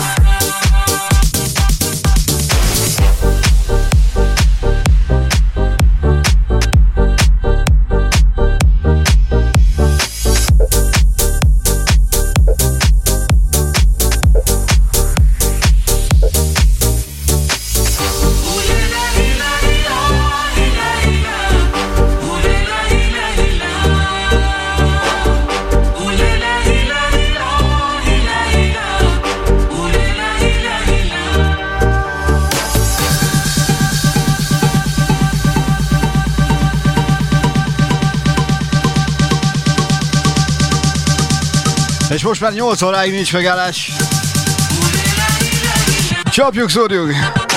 És most már 8 óráig nincs megállás. Csapjuk, szórjuk!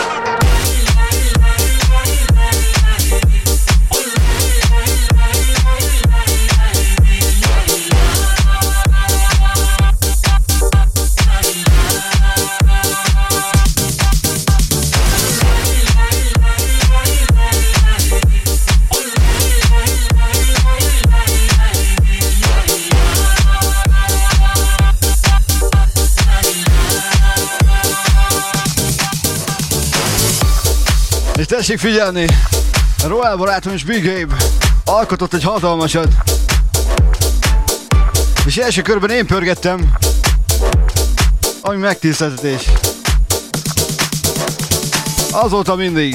És tessék figyelni, Royal barátom és Big Gabe alkotott egy hatalmasat. És első körben én pörgettem, ami megtiszteltetés. Azóta mindig.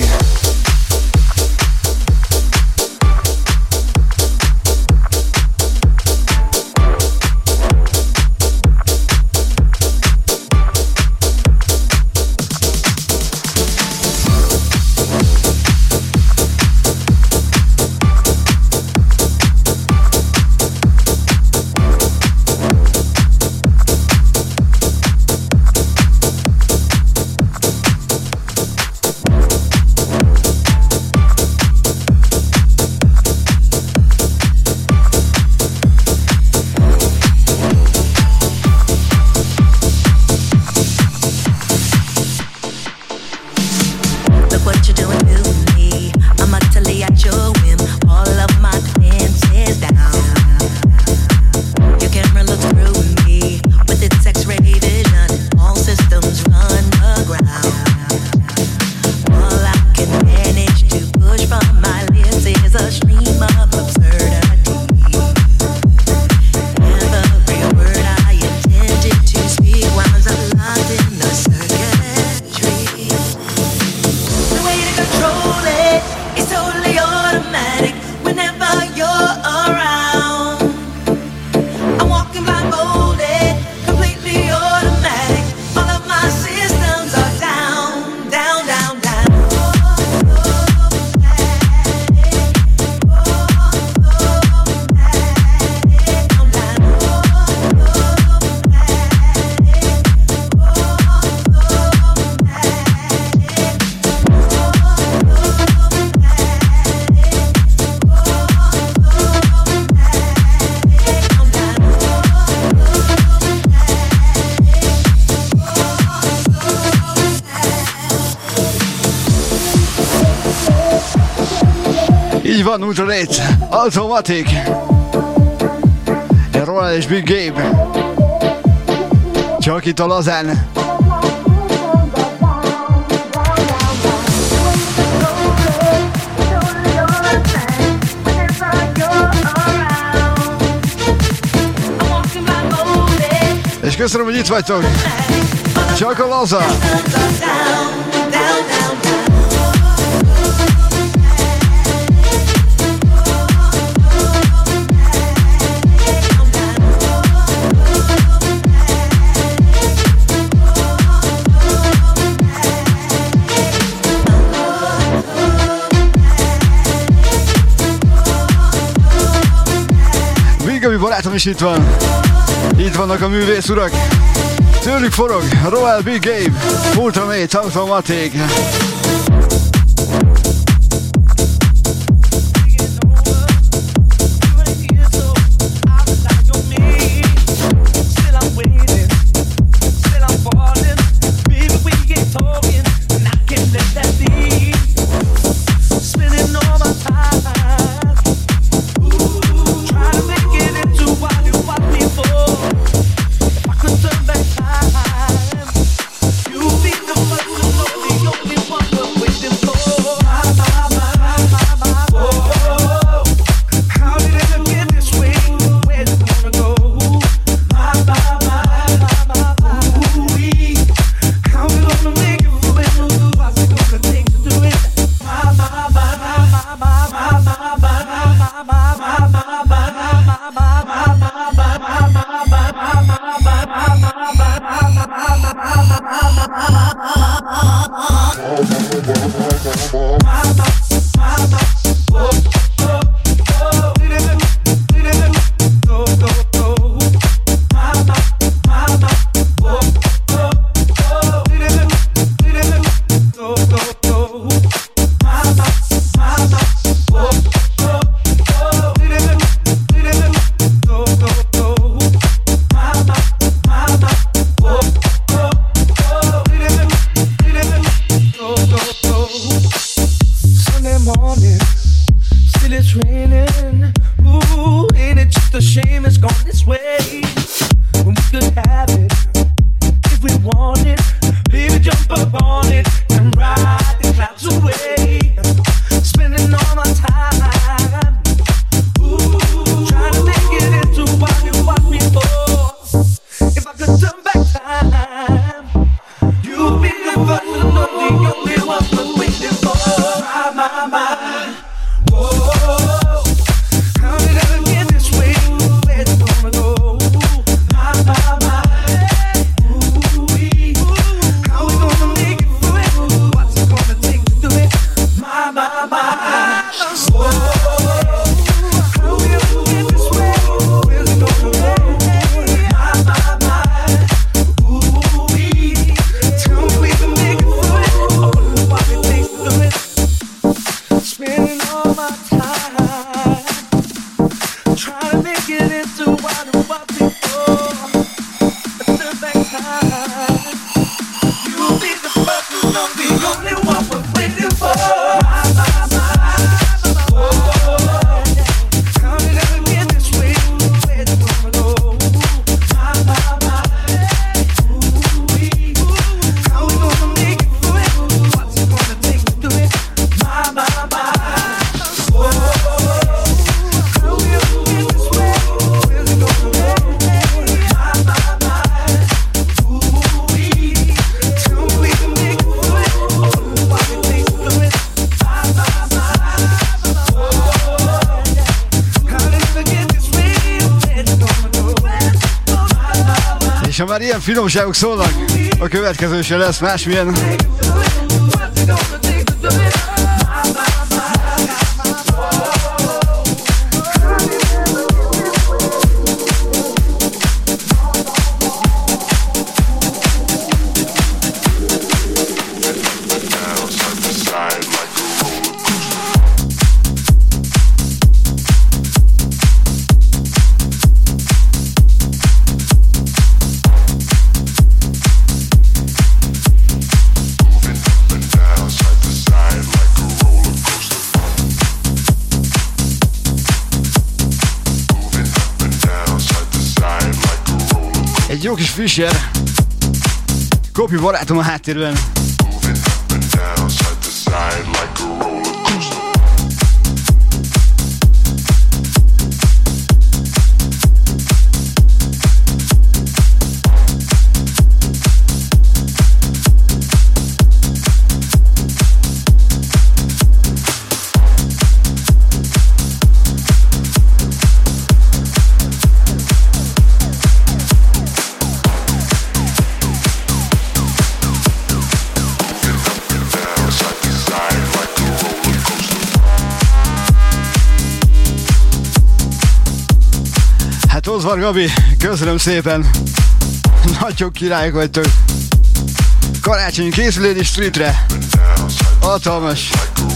Így van, Ultra Rate, Automatic, Royal és Big Gabe. Csak itt a lazán. És köszönöm, hogy itt vagytok. Csak a laza. Gabi barátom is itt van. Itt vannak a művész urak. Tőlük forog Royal, Big Gabe, Ultra Rate, Automatic. You be the first to know the only one. És ha már ilyen finomságok szólnak, a következő se lesz másmilyen. Egy jó kis Fischer, Kopi barátom a háttérben. Ozvar Gabi, köszönöm szépen, nagyon királyok vagytok. Karácsonyi készülődni streetre, hatalmas.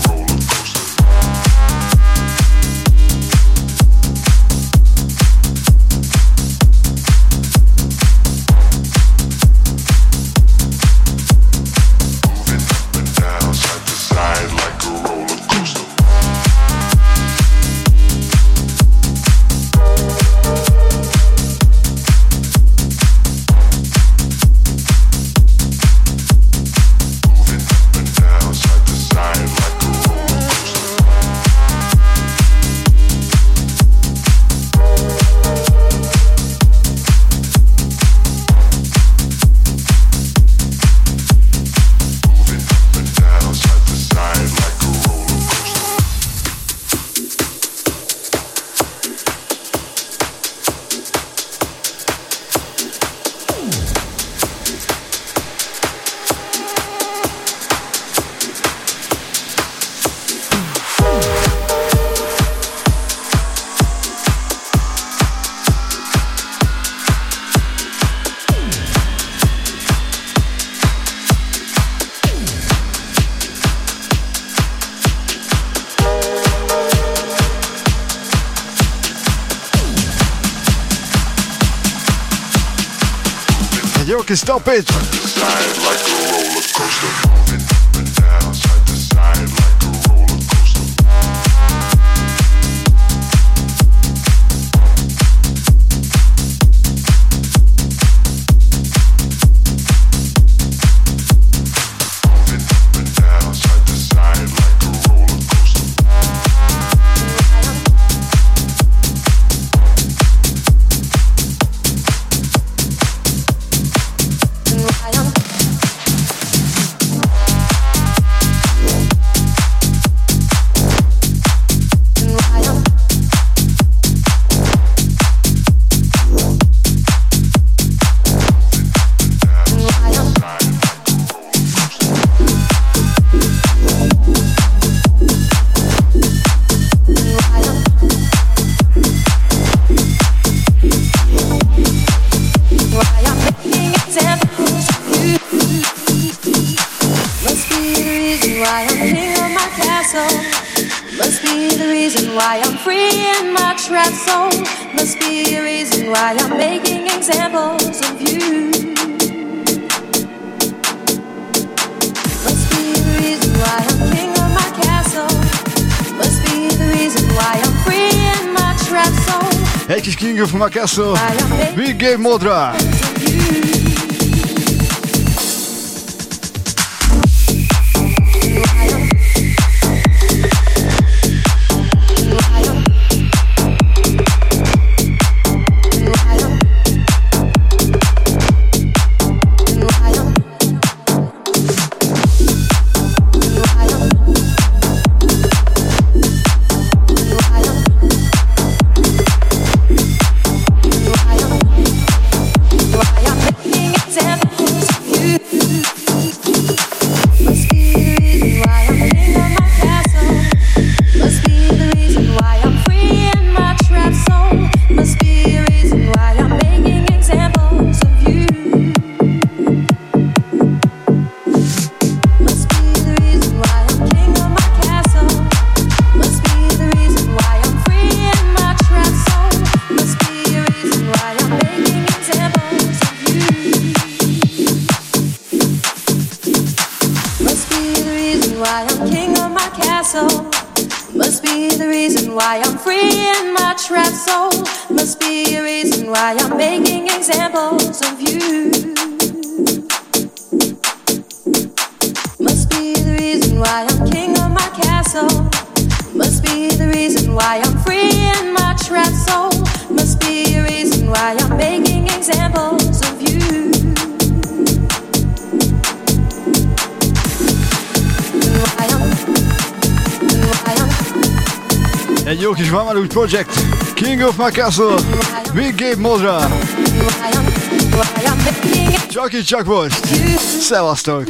Yoki, stop it! Egy kis King of Castle, Big Game módra! castle. Must be the reason why I'm free in my trapped soul. Must be a reason why I'm making examples of you. Must be the reason why I'm king of my castle. Must be the reason why I'm free in my trapped soul. Must be a reason why I'm making examples of you. Egy jó kis Mamalud Project, King of my Castle, Big Gabe Modra. Csak itt csak most. Szevasztok!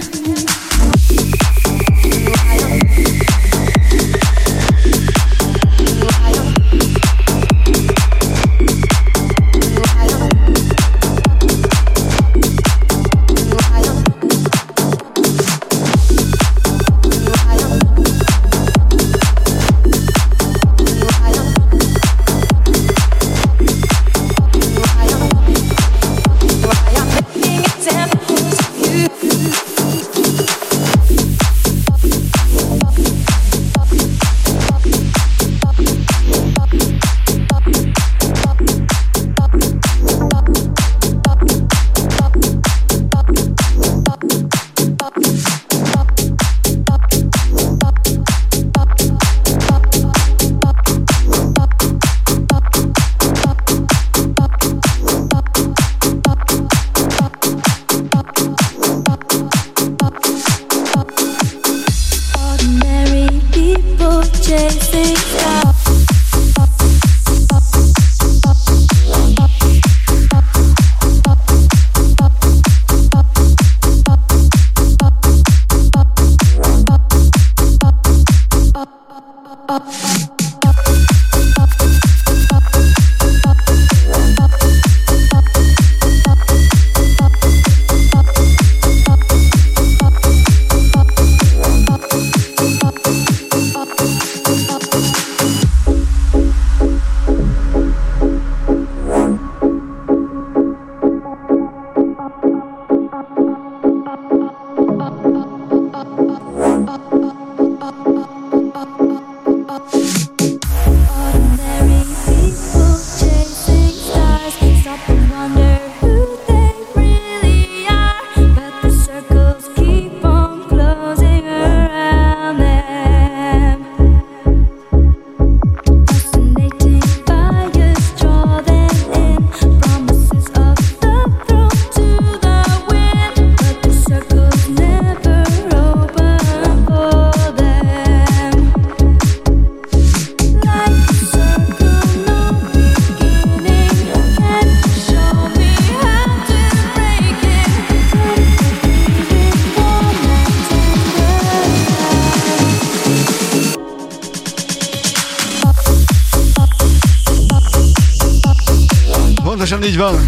Pontosan így van.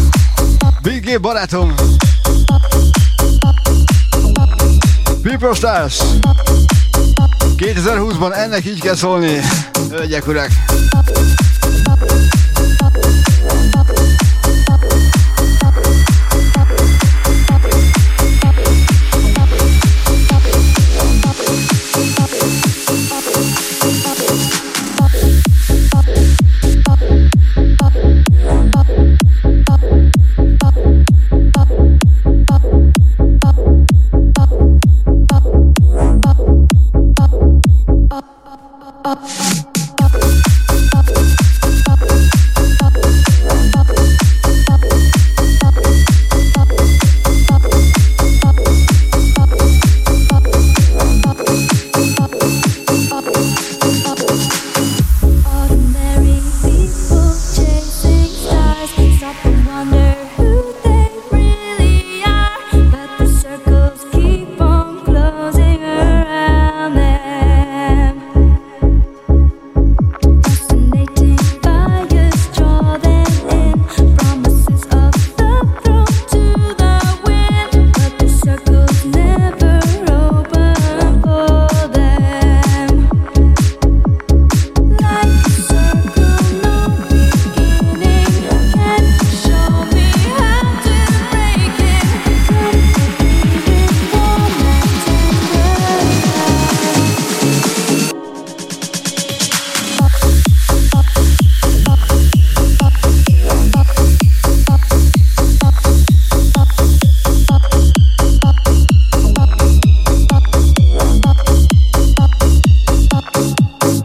Big Gabe barátom. People Stars. 2020-ban ennek így kell szólni. Hölgyek, urak.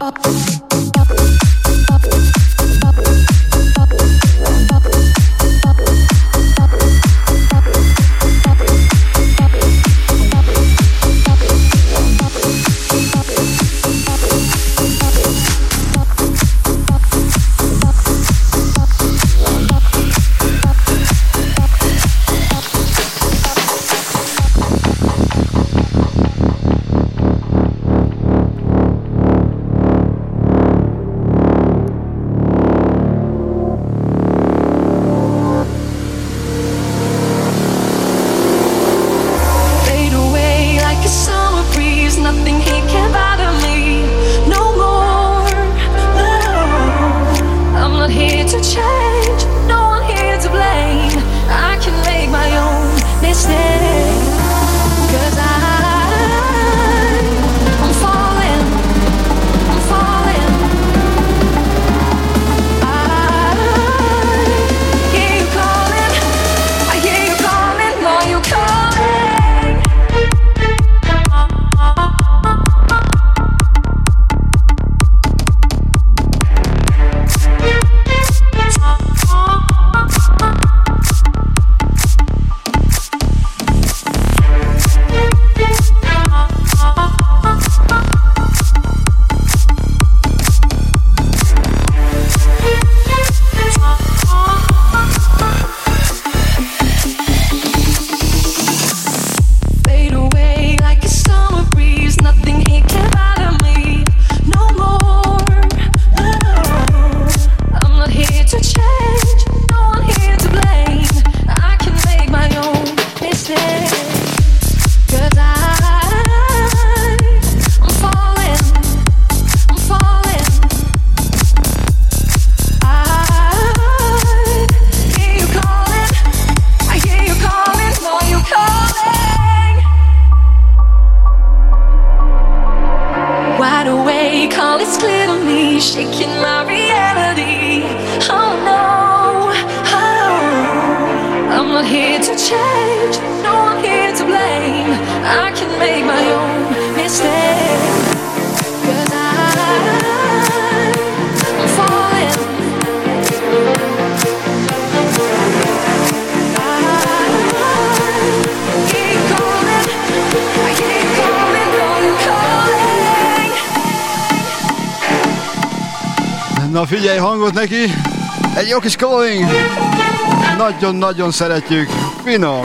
Na figyelj, hangot neki! Egy jó kis calling! Nagyon-nagyon szeretjük! Finom!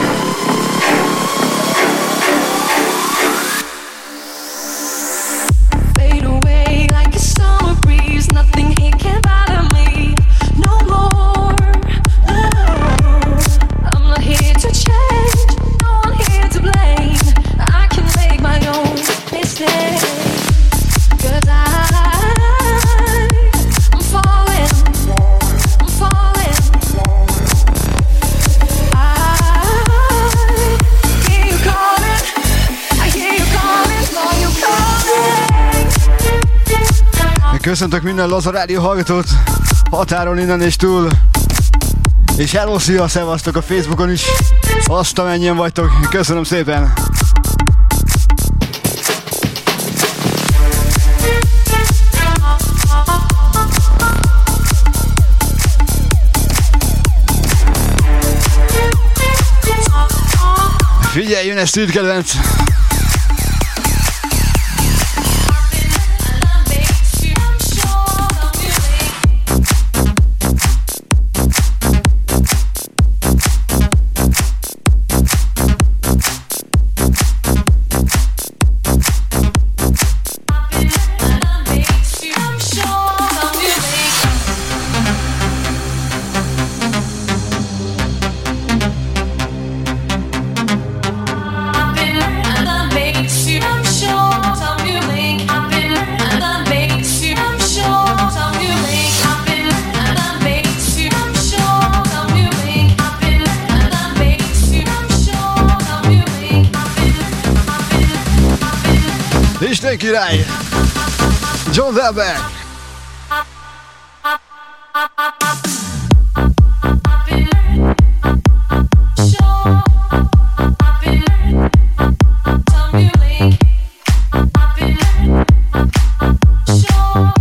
Köszöntök minden Laza Rádió hallgatót határon innen és túl. És hello, szia, szevasztok a Facebookon is. Azt amennyien vagytok. Köszönöm szépen. Figyelj, jön ez Street kedvenc. Isten király! John Zelbeck! Show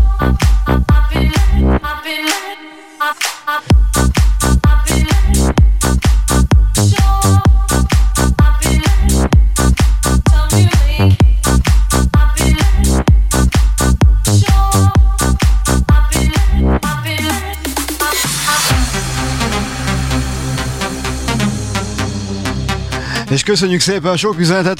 És köszönjük szépen a sok üzenetet.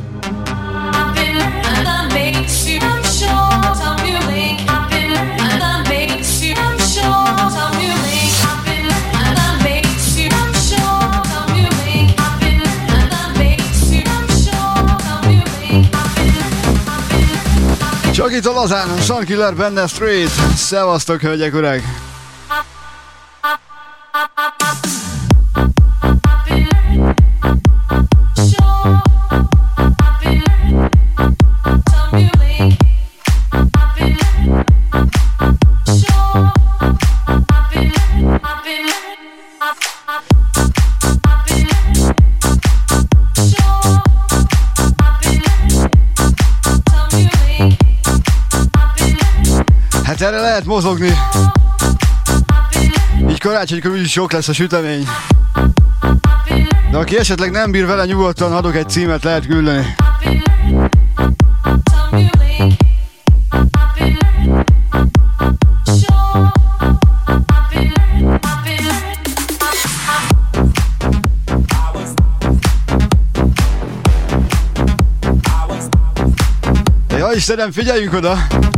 Csak itt a lazán, Sunkiller benne Street. Szevasztok, hölgyek, urak! Hát erre lehet mozogni. Így karácsonykor úgyis sok lesz a sütemény. De aki esetleg nem bír vele, nyugodtan adok egy címet, lehet küldeni. De ja Istenem, figyeljünk oda!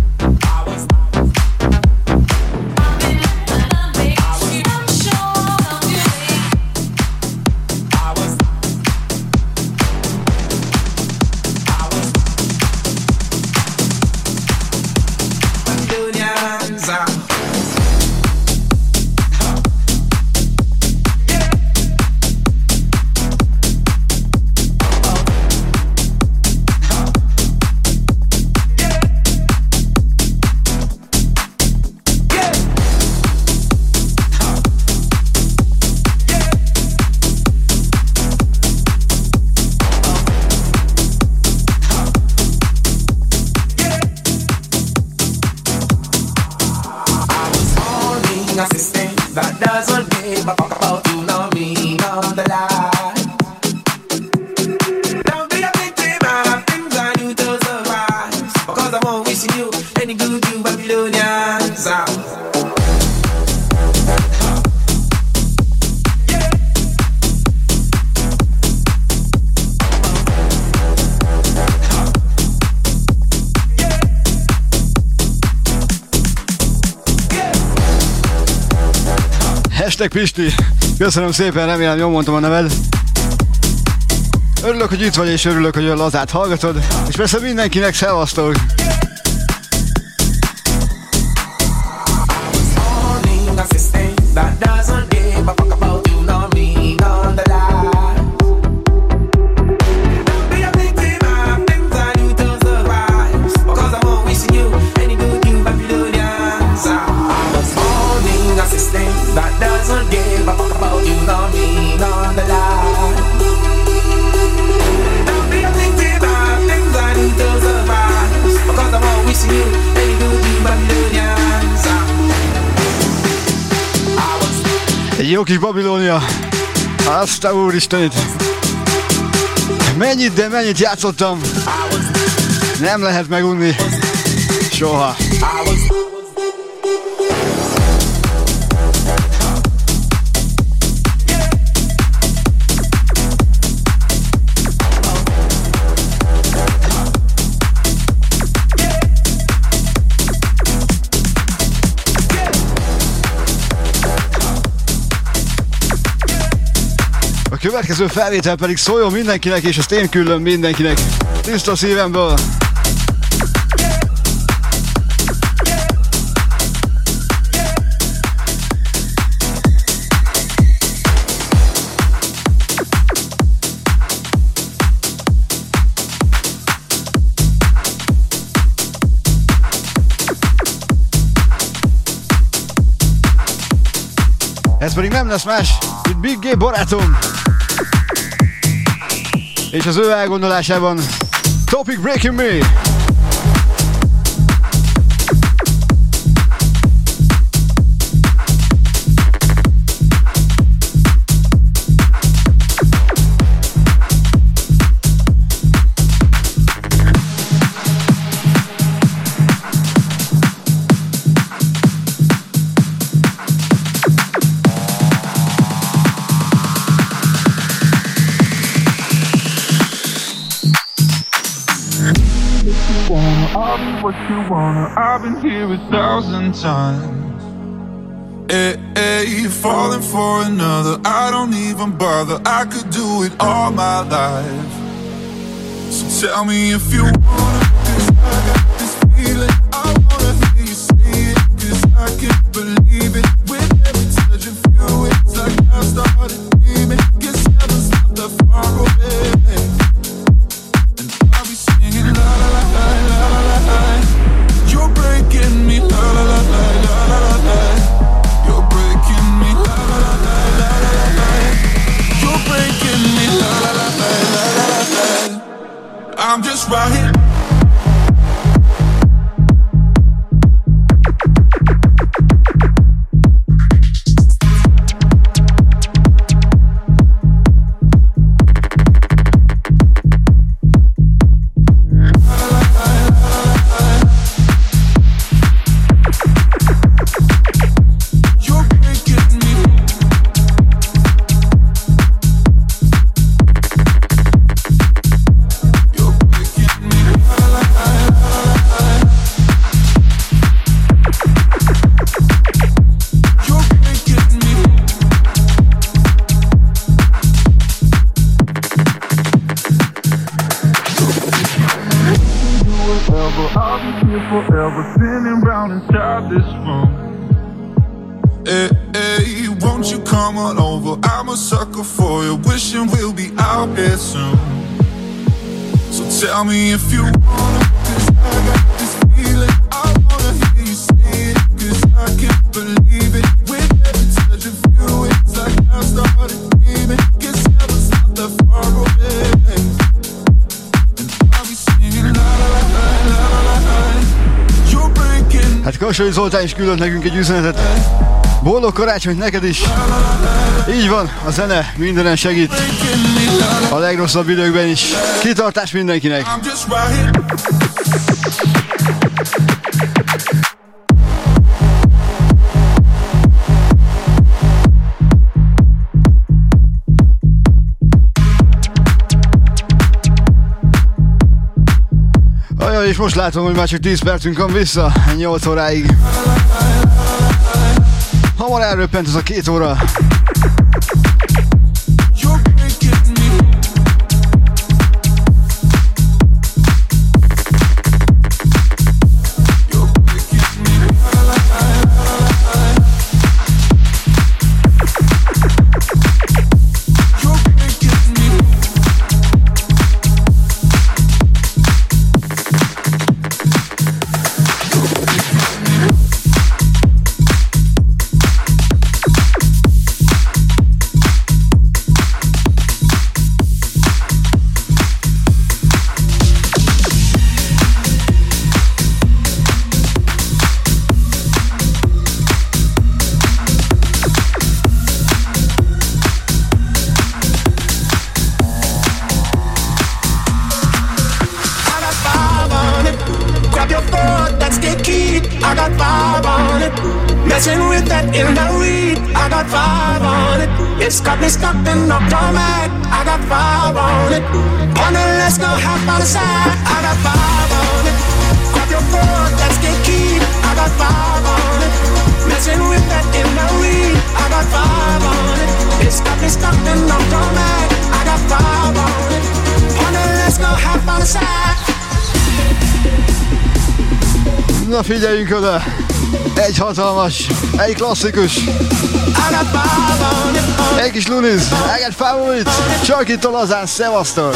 Pisti, köszönöm szépen, remélem jól mondtam a neved. Örülök, hogy itt vagy, és örülök, hogy a lazát hallgatod. És persze mindenkinek szevasztok! Egy jó kis Babilónia. Azt a úristenit. Mennyit, de mennyit játszottam. Nem lehet megunni. Soha. A következő felvétel pedig szóljon mindenkinek, és ezt én küldöm mindenkinek. Tiszta szívemből. Ez pedig nem lesz más, mint Big G barátom. És az ő elgondolásában Topic Breaking Me. what you wanna. I've been here 1,000 times. Hey, falling for another, I don't even bother. I could do it all my life. So tell me if you wanna, 'cause I got this feeling. I wanna hear you say it, 'cause I can't believe it. With every touch of you, it's like I started dreaming. Guess heaven's not that far away. And I'll be singing la la la la la la la. You're breaking me la la la la la la la. You're breaking me la la la la la la la. You're breaking me la la la la la la la. I'm just right here. Forever spinning round inside this room. Hey, won't you come on over? I'm a sucker for you, wishing we'll be out here soon. So tell me if you wanna, 'cause I got this feeling. I wanna hear you say it, 'cause I can't believe it. With every touch of you, it's like I started dreaming. Guess heaven's not that far away. And I'll be singing la la la la la la la. Hát Kassai Zoltán is küldött nekünk egy üzenetet. Boldog karácsonyt neked is! Így van, a zene mindenen segít. A legrosszabb időkben is. Kitartás mindenkinek! Ajaj, és most látom, hogy már csak 10 percünk van vissza, 8 óráig. Hamar elröppent ez a 2 óra. It's got me stuck in the automatic. I got fire on it. Partner, let's go hop on the side. I got fire on it. Grab your phone, let's get keyed. I got fire on it. Messing with that in the weed. I got fire on it. It's got me stuck in the automatic. I got fire on it. Partner, let's go hop on the side. Na figyeljünk oda! Egy hatalmas, egy klasszikus, egy kis Lunis, I got favorit, csak itt a lazán, szevasztok!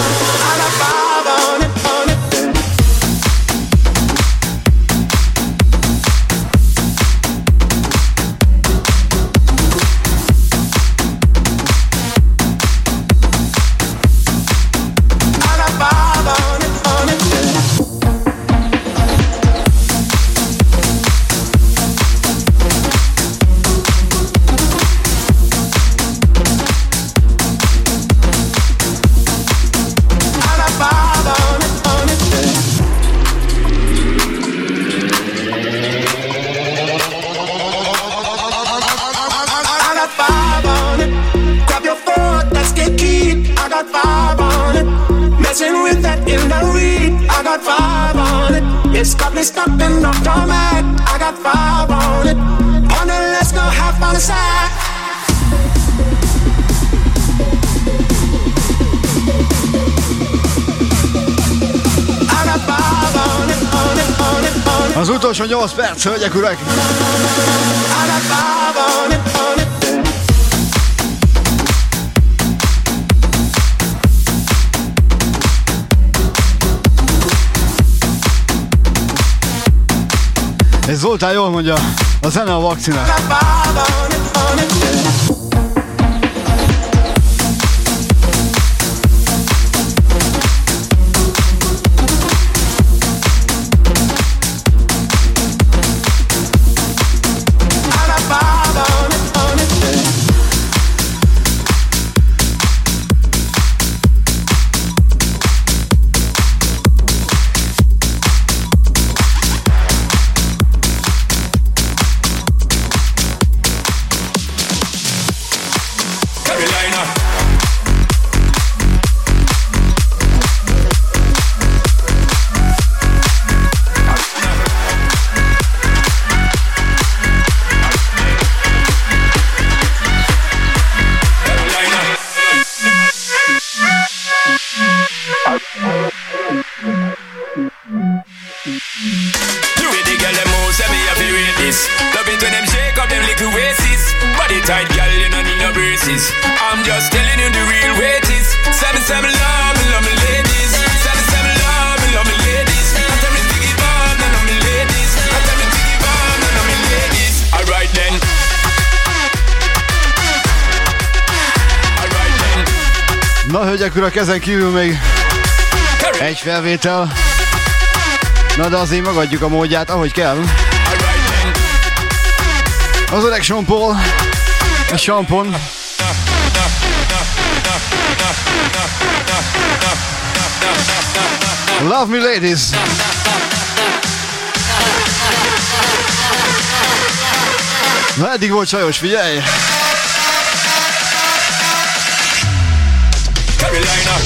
It's got me stuck in the format. I got fire on it. Partner, let's go half on the side. I got fire on it, on it, on it, on it. Az utolsó 8 perc, hölgyek, urak! I got fire on it, on it. Ez Zoltán jól mondja, a zene a vakcina. Hölgyek, urak, ezen kívül még egy felvétel. Na de azért megadjuk a módját, ahogy kell. Az öreg Sean Paul, a Shampon. Love me ladies. Na eddig volt csajos, figyelj! Carolina.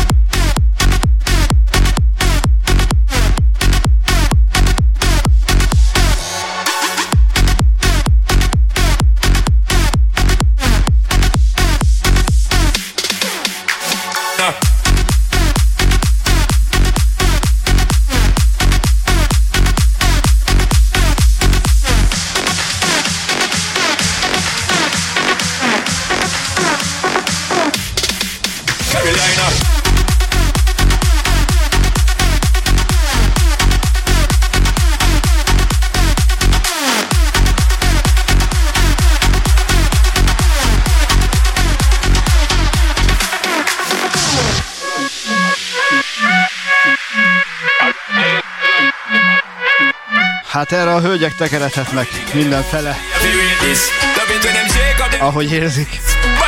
Hát erre a hölgyek tekeredhetnek mindenfele, ahogy érzik.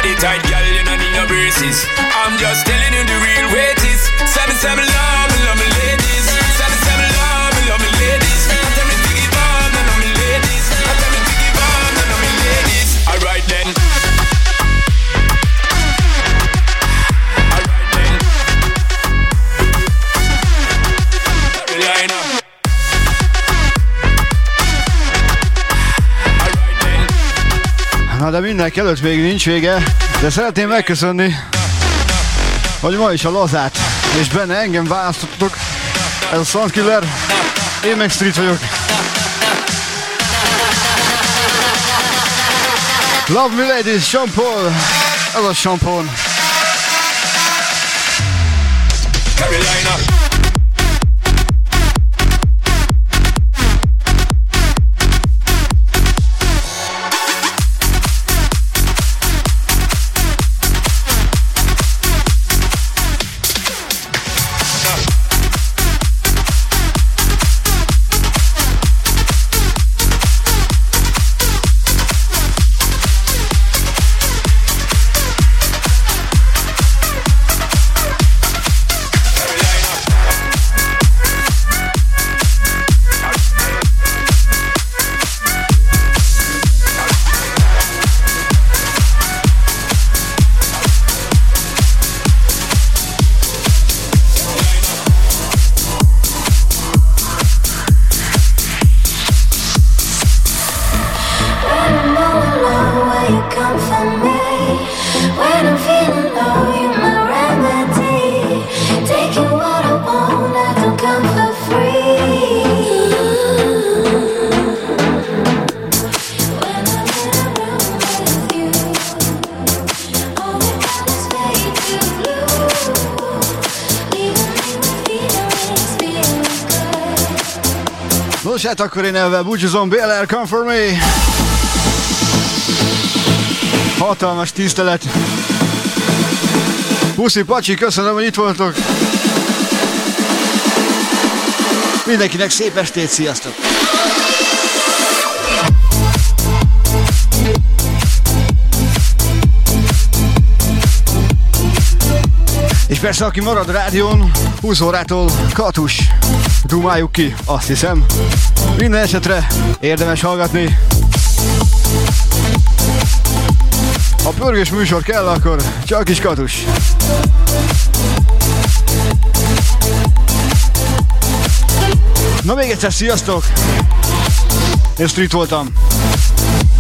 Na de mindenek előtt még nincs vége, de szeretném megköszönni, hogy ma is a Lazát és benne engem választottuk. Ez a Soundkiller, én meg Street vagyok. Love me ladies, Sean Paul, ez a Shampon. Carolina. Nos, hát akkor én elvel búcsúzom, BLR, come for me! Hatalmas tisztelet! Puszi pacsi, köszönöm, hogy itt voltok! Mindenkinek szép estét, sziasztok! És persze, aki marad a rádión, 20 órától Katus, dumáljuk ki, azt hiszem. Minden esetre érdemes hallgatni. Ha pörgős műsor kell, akkor csak is Katus. Na még egyszer sziasztok! Én Street voltam.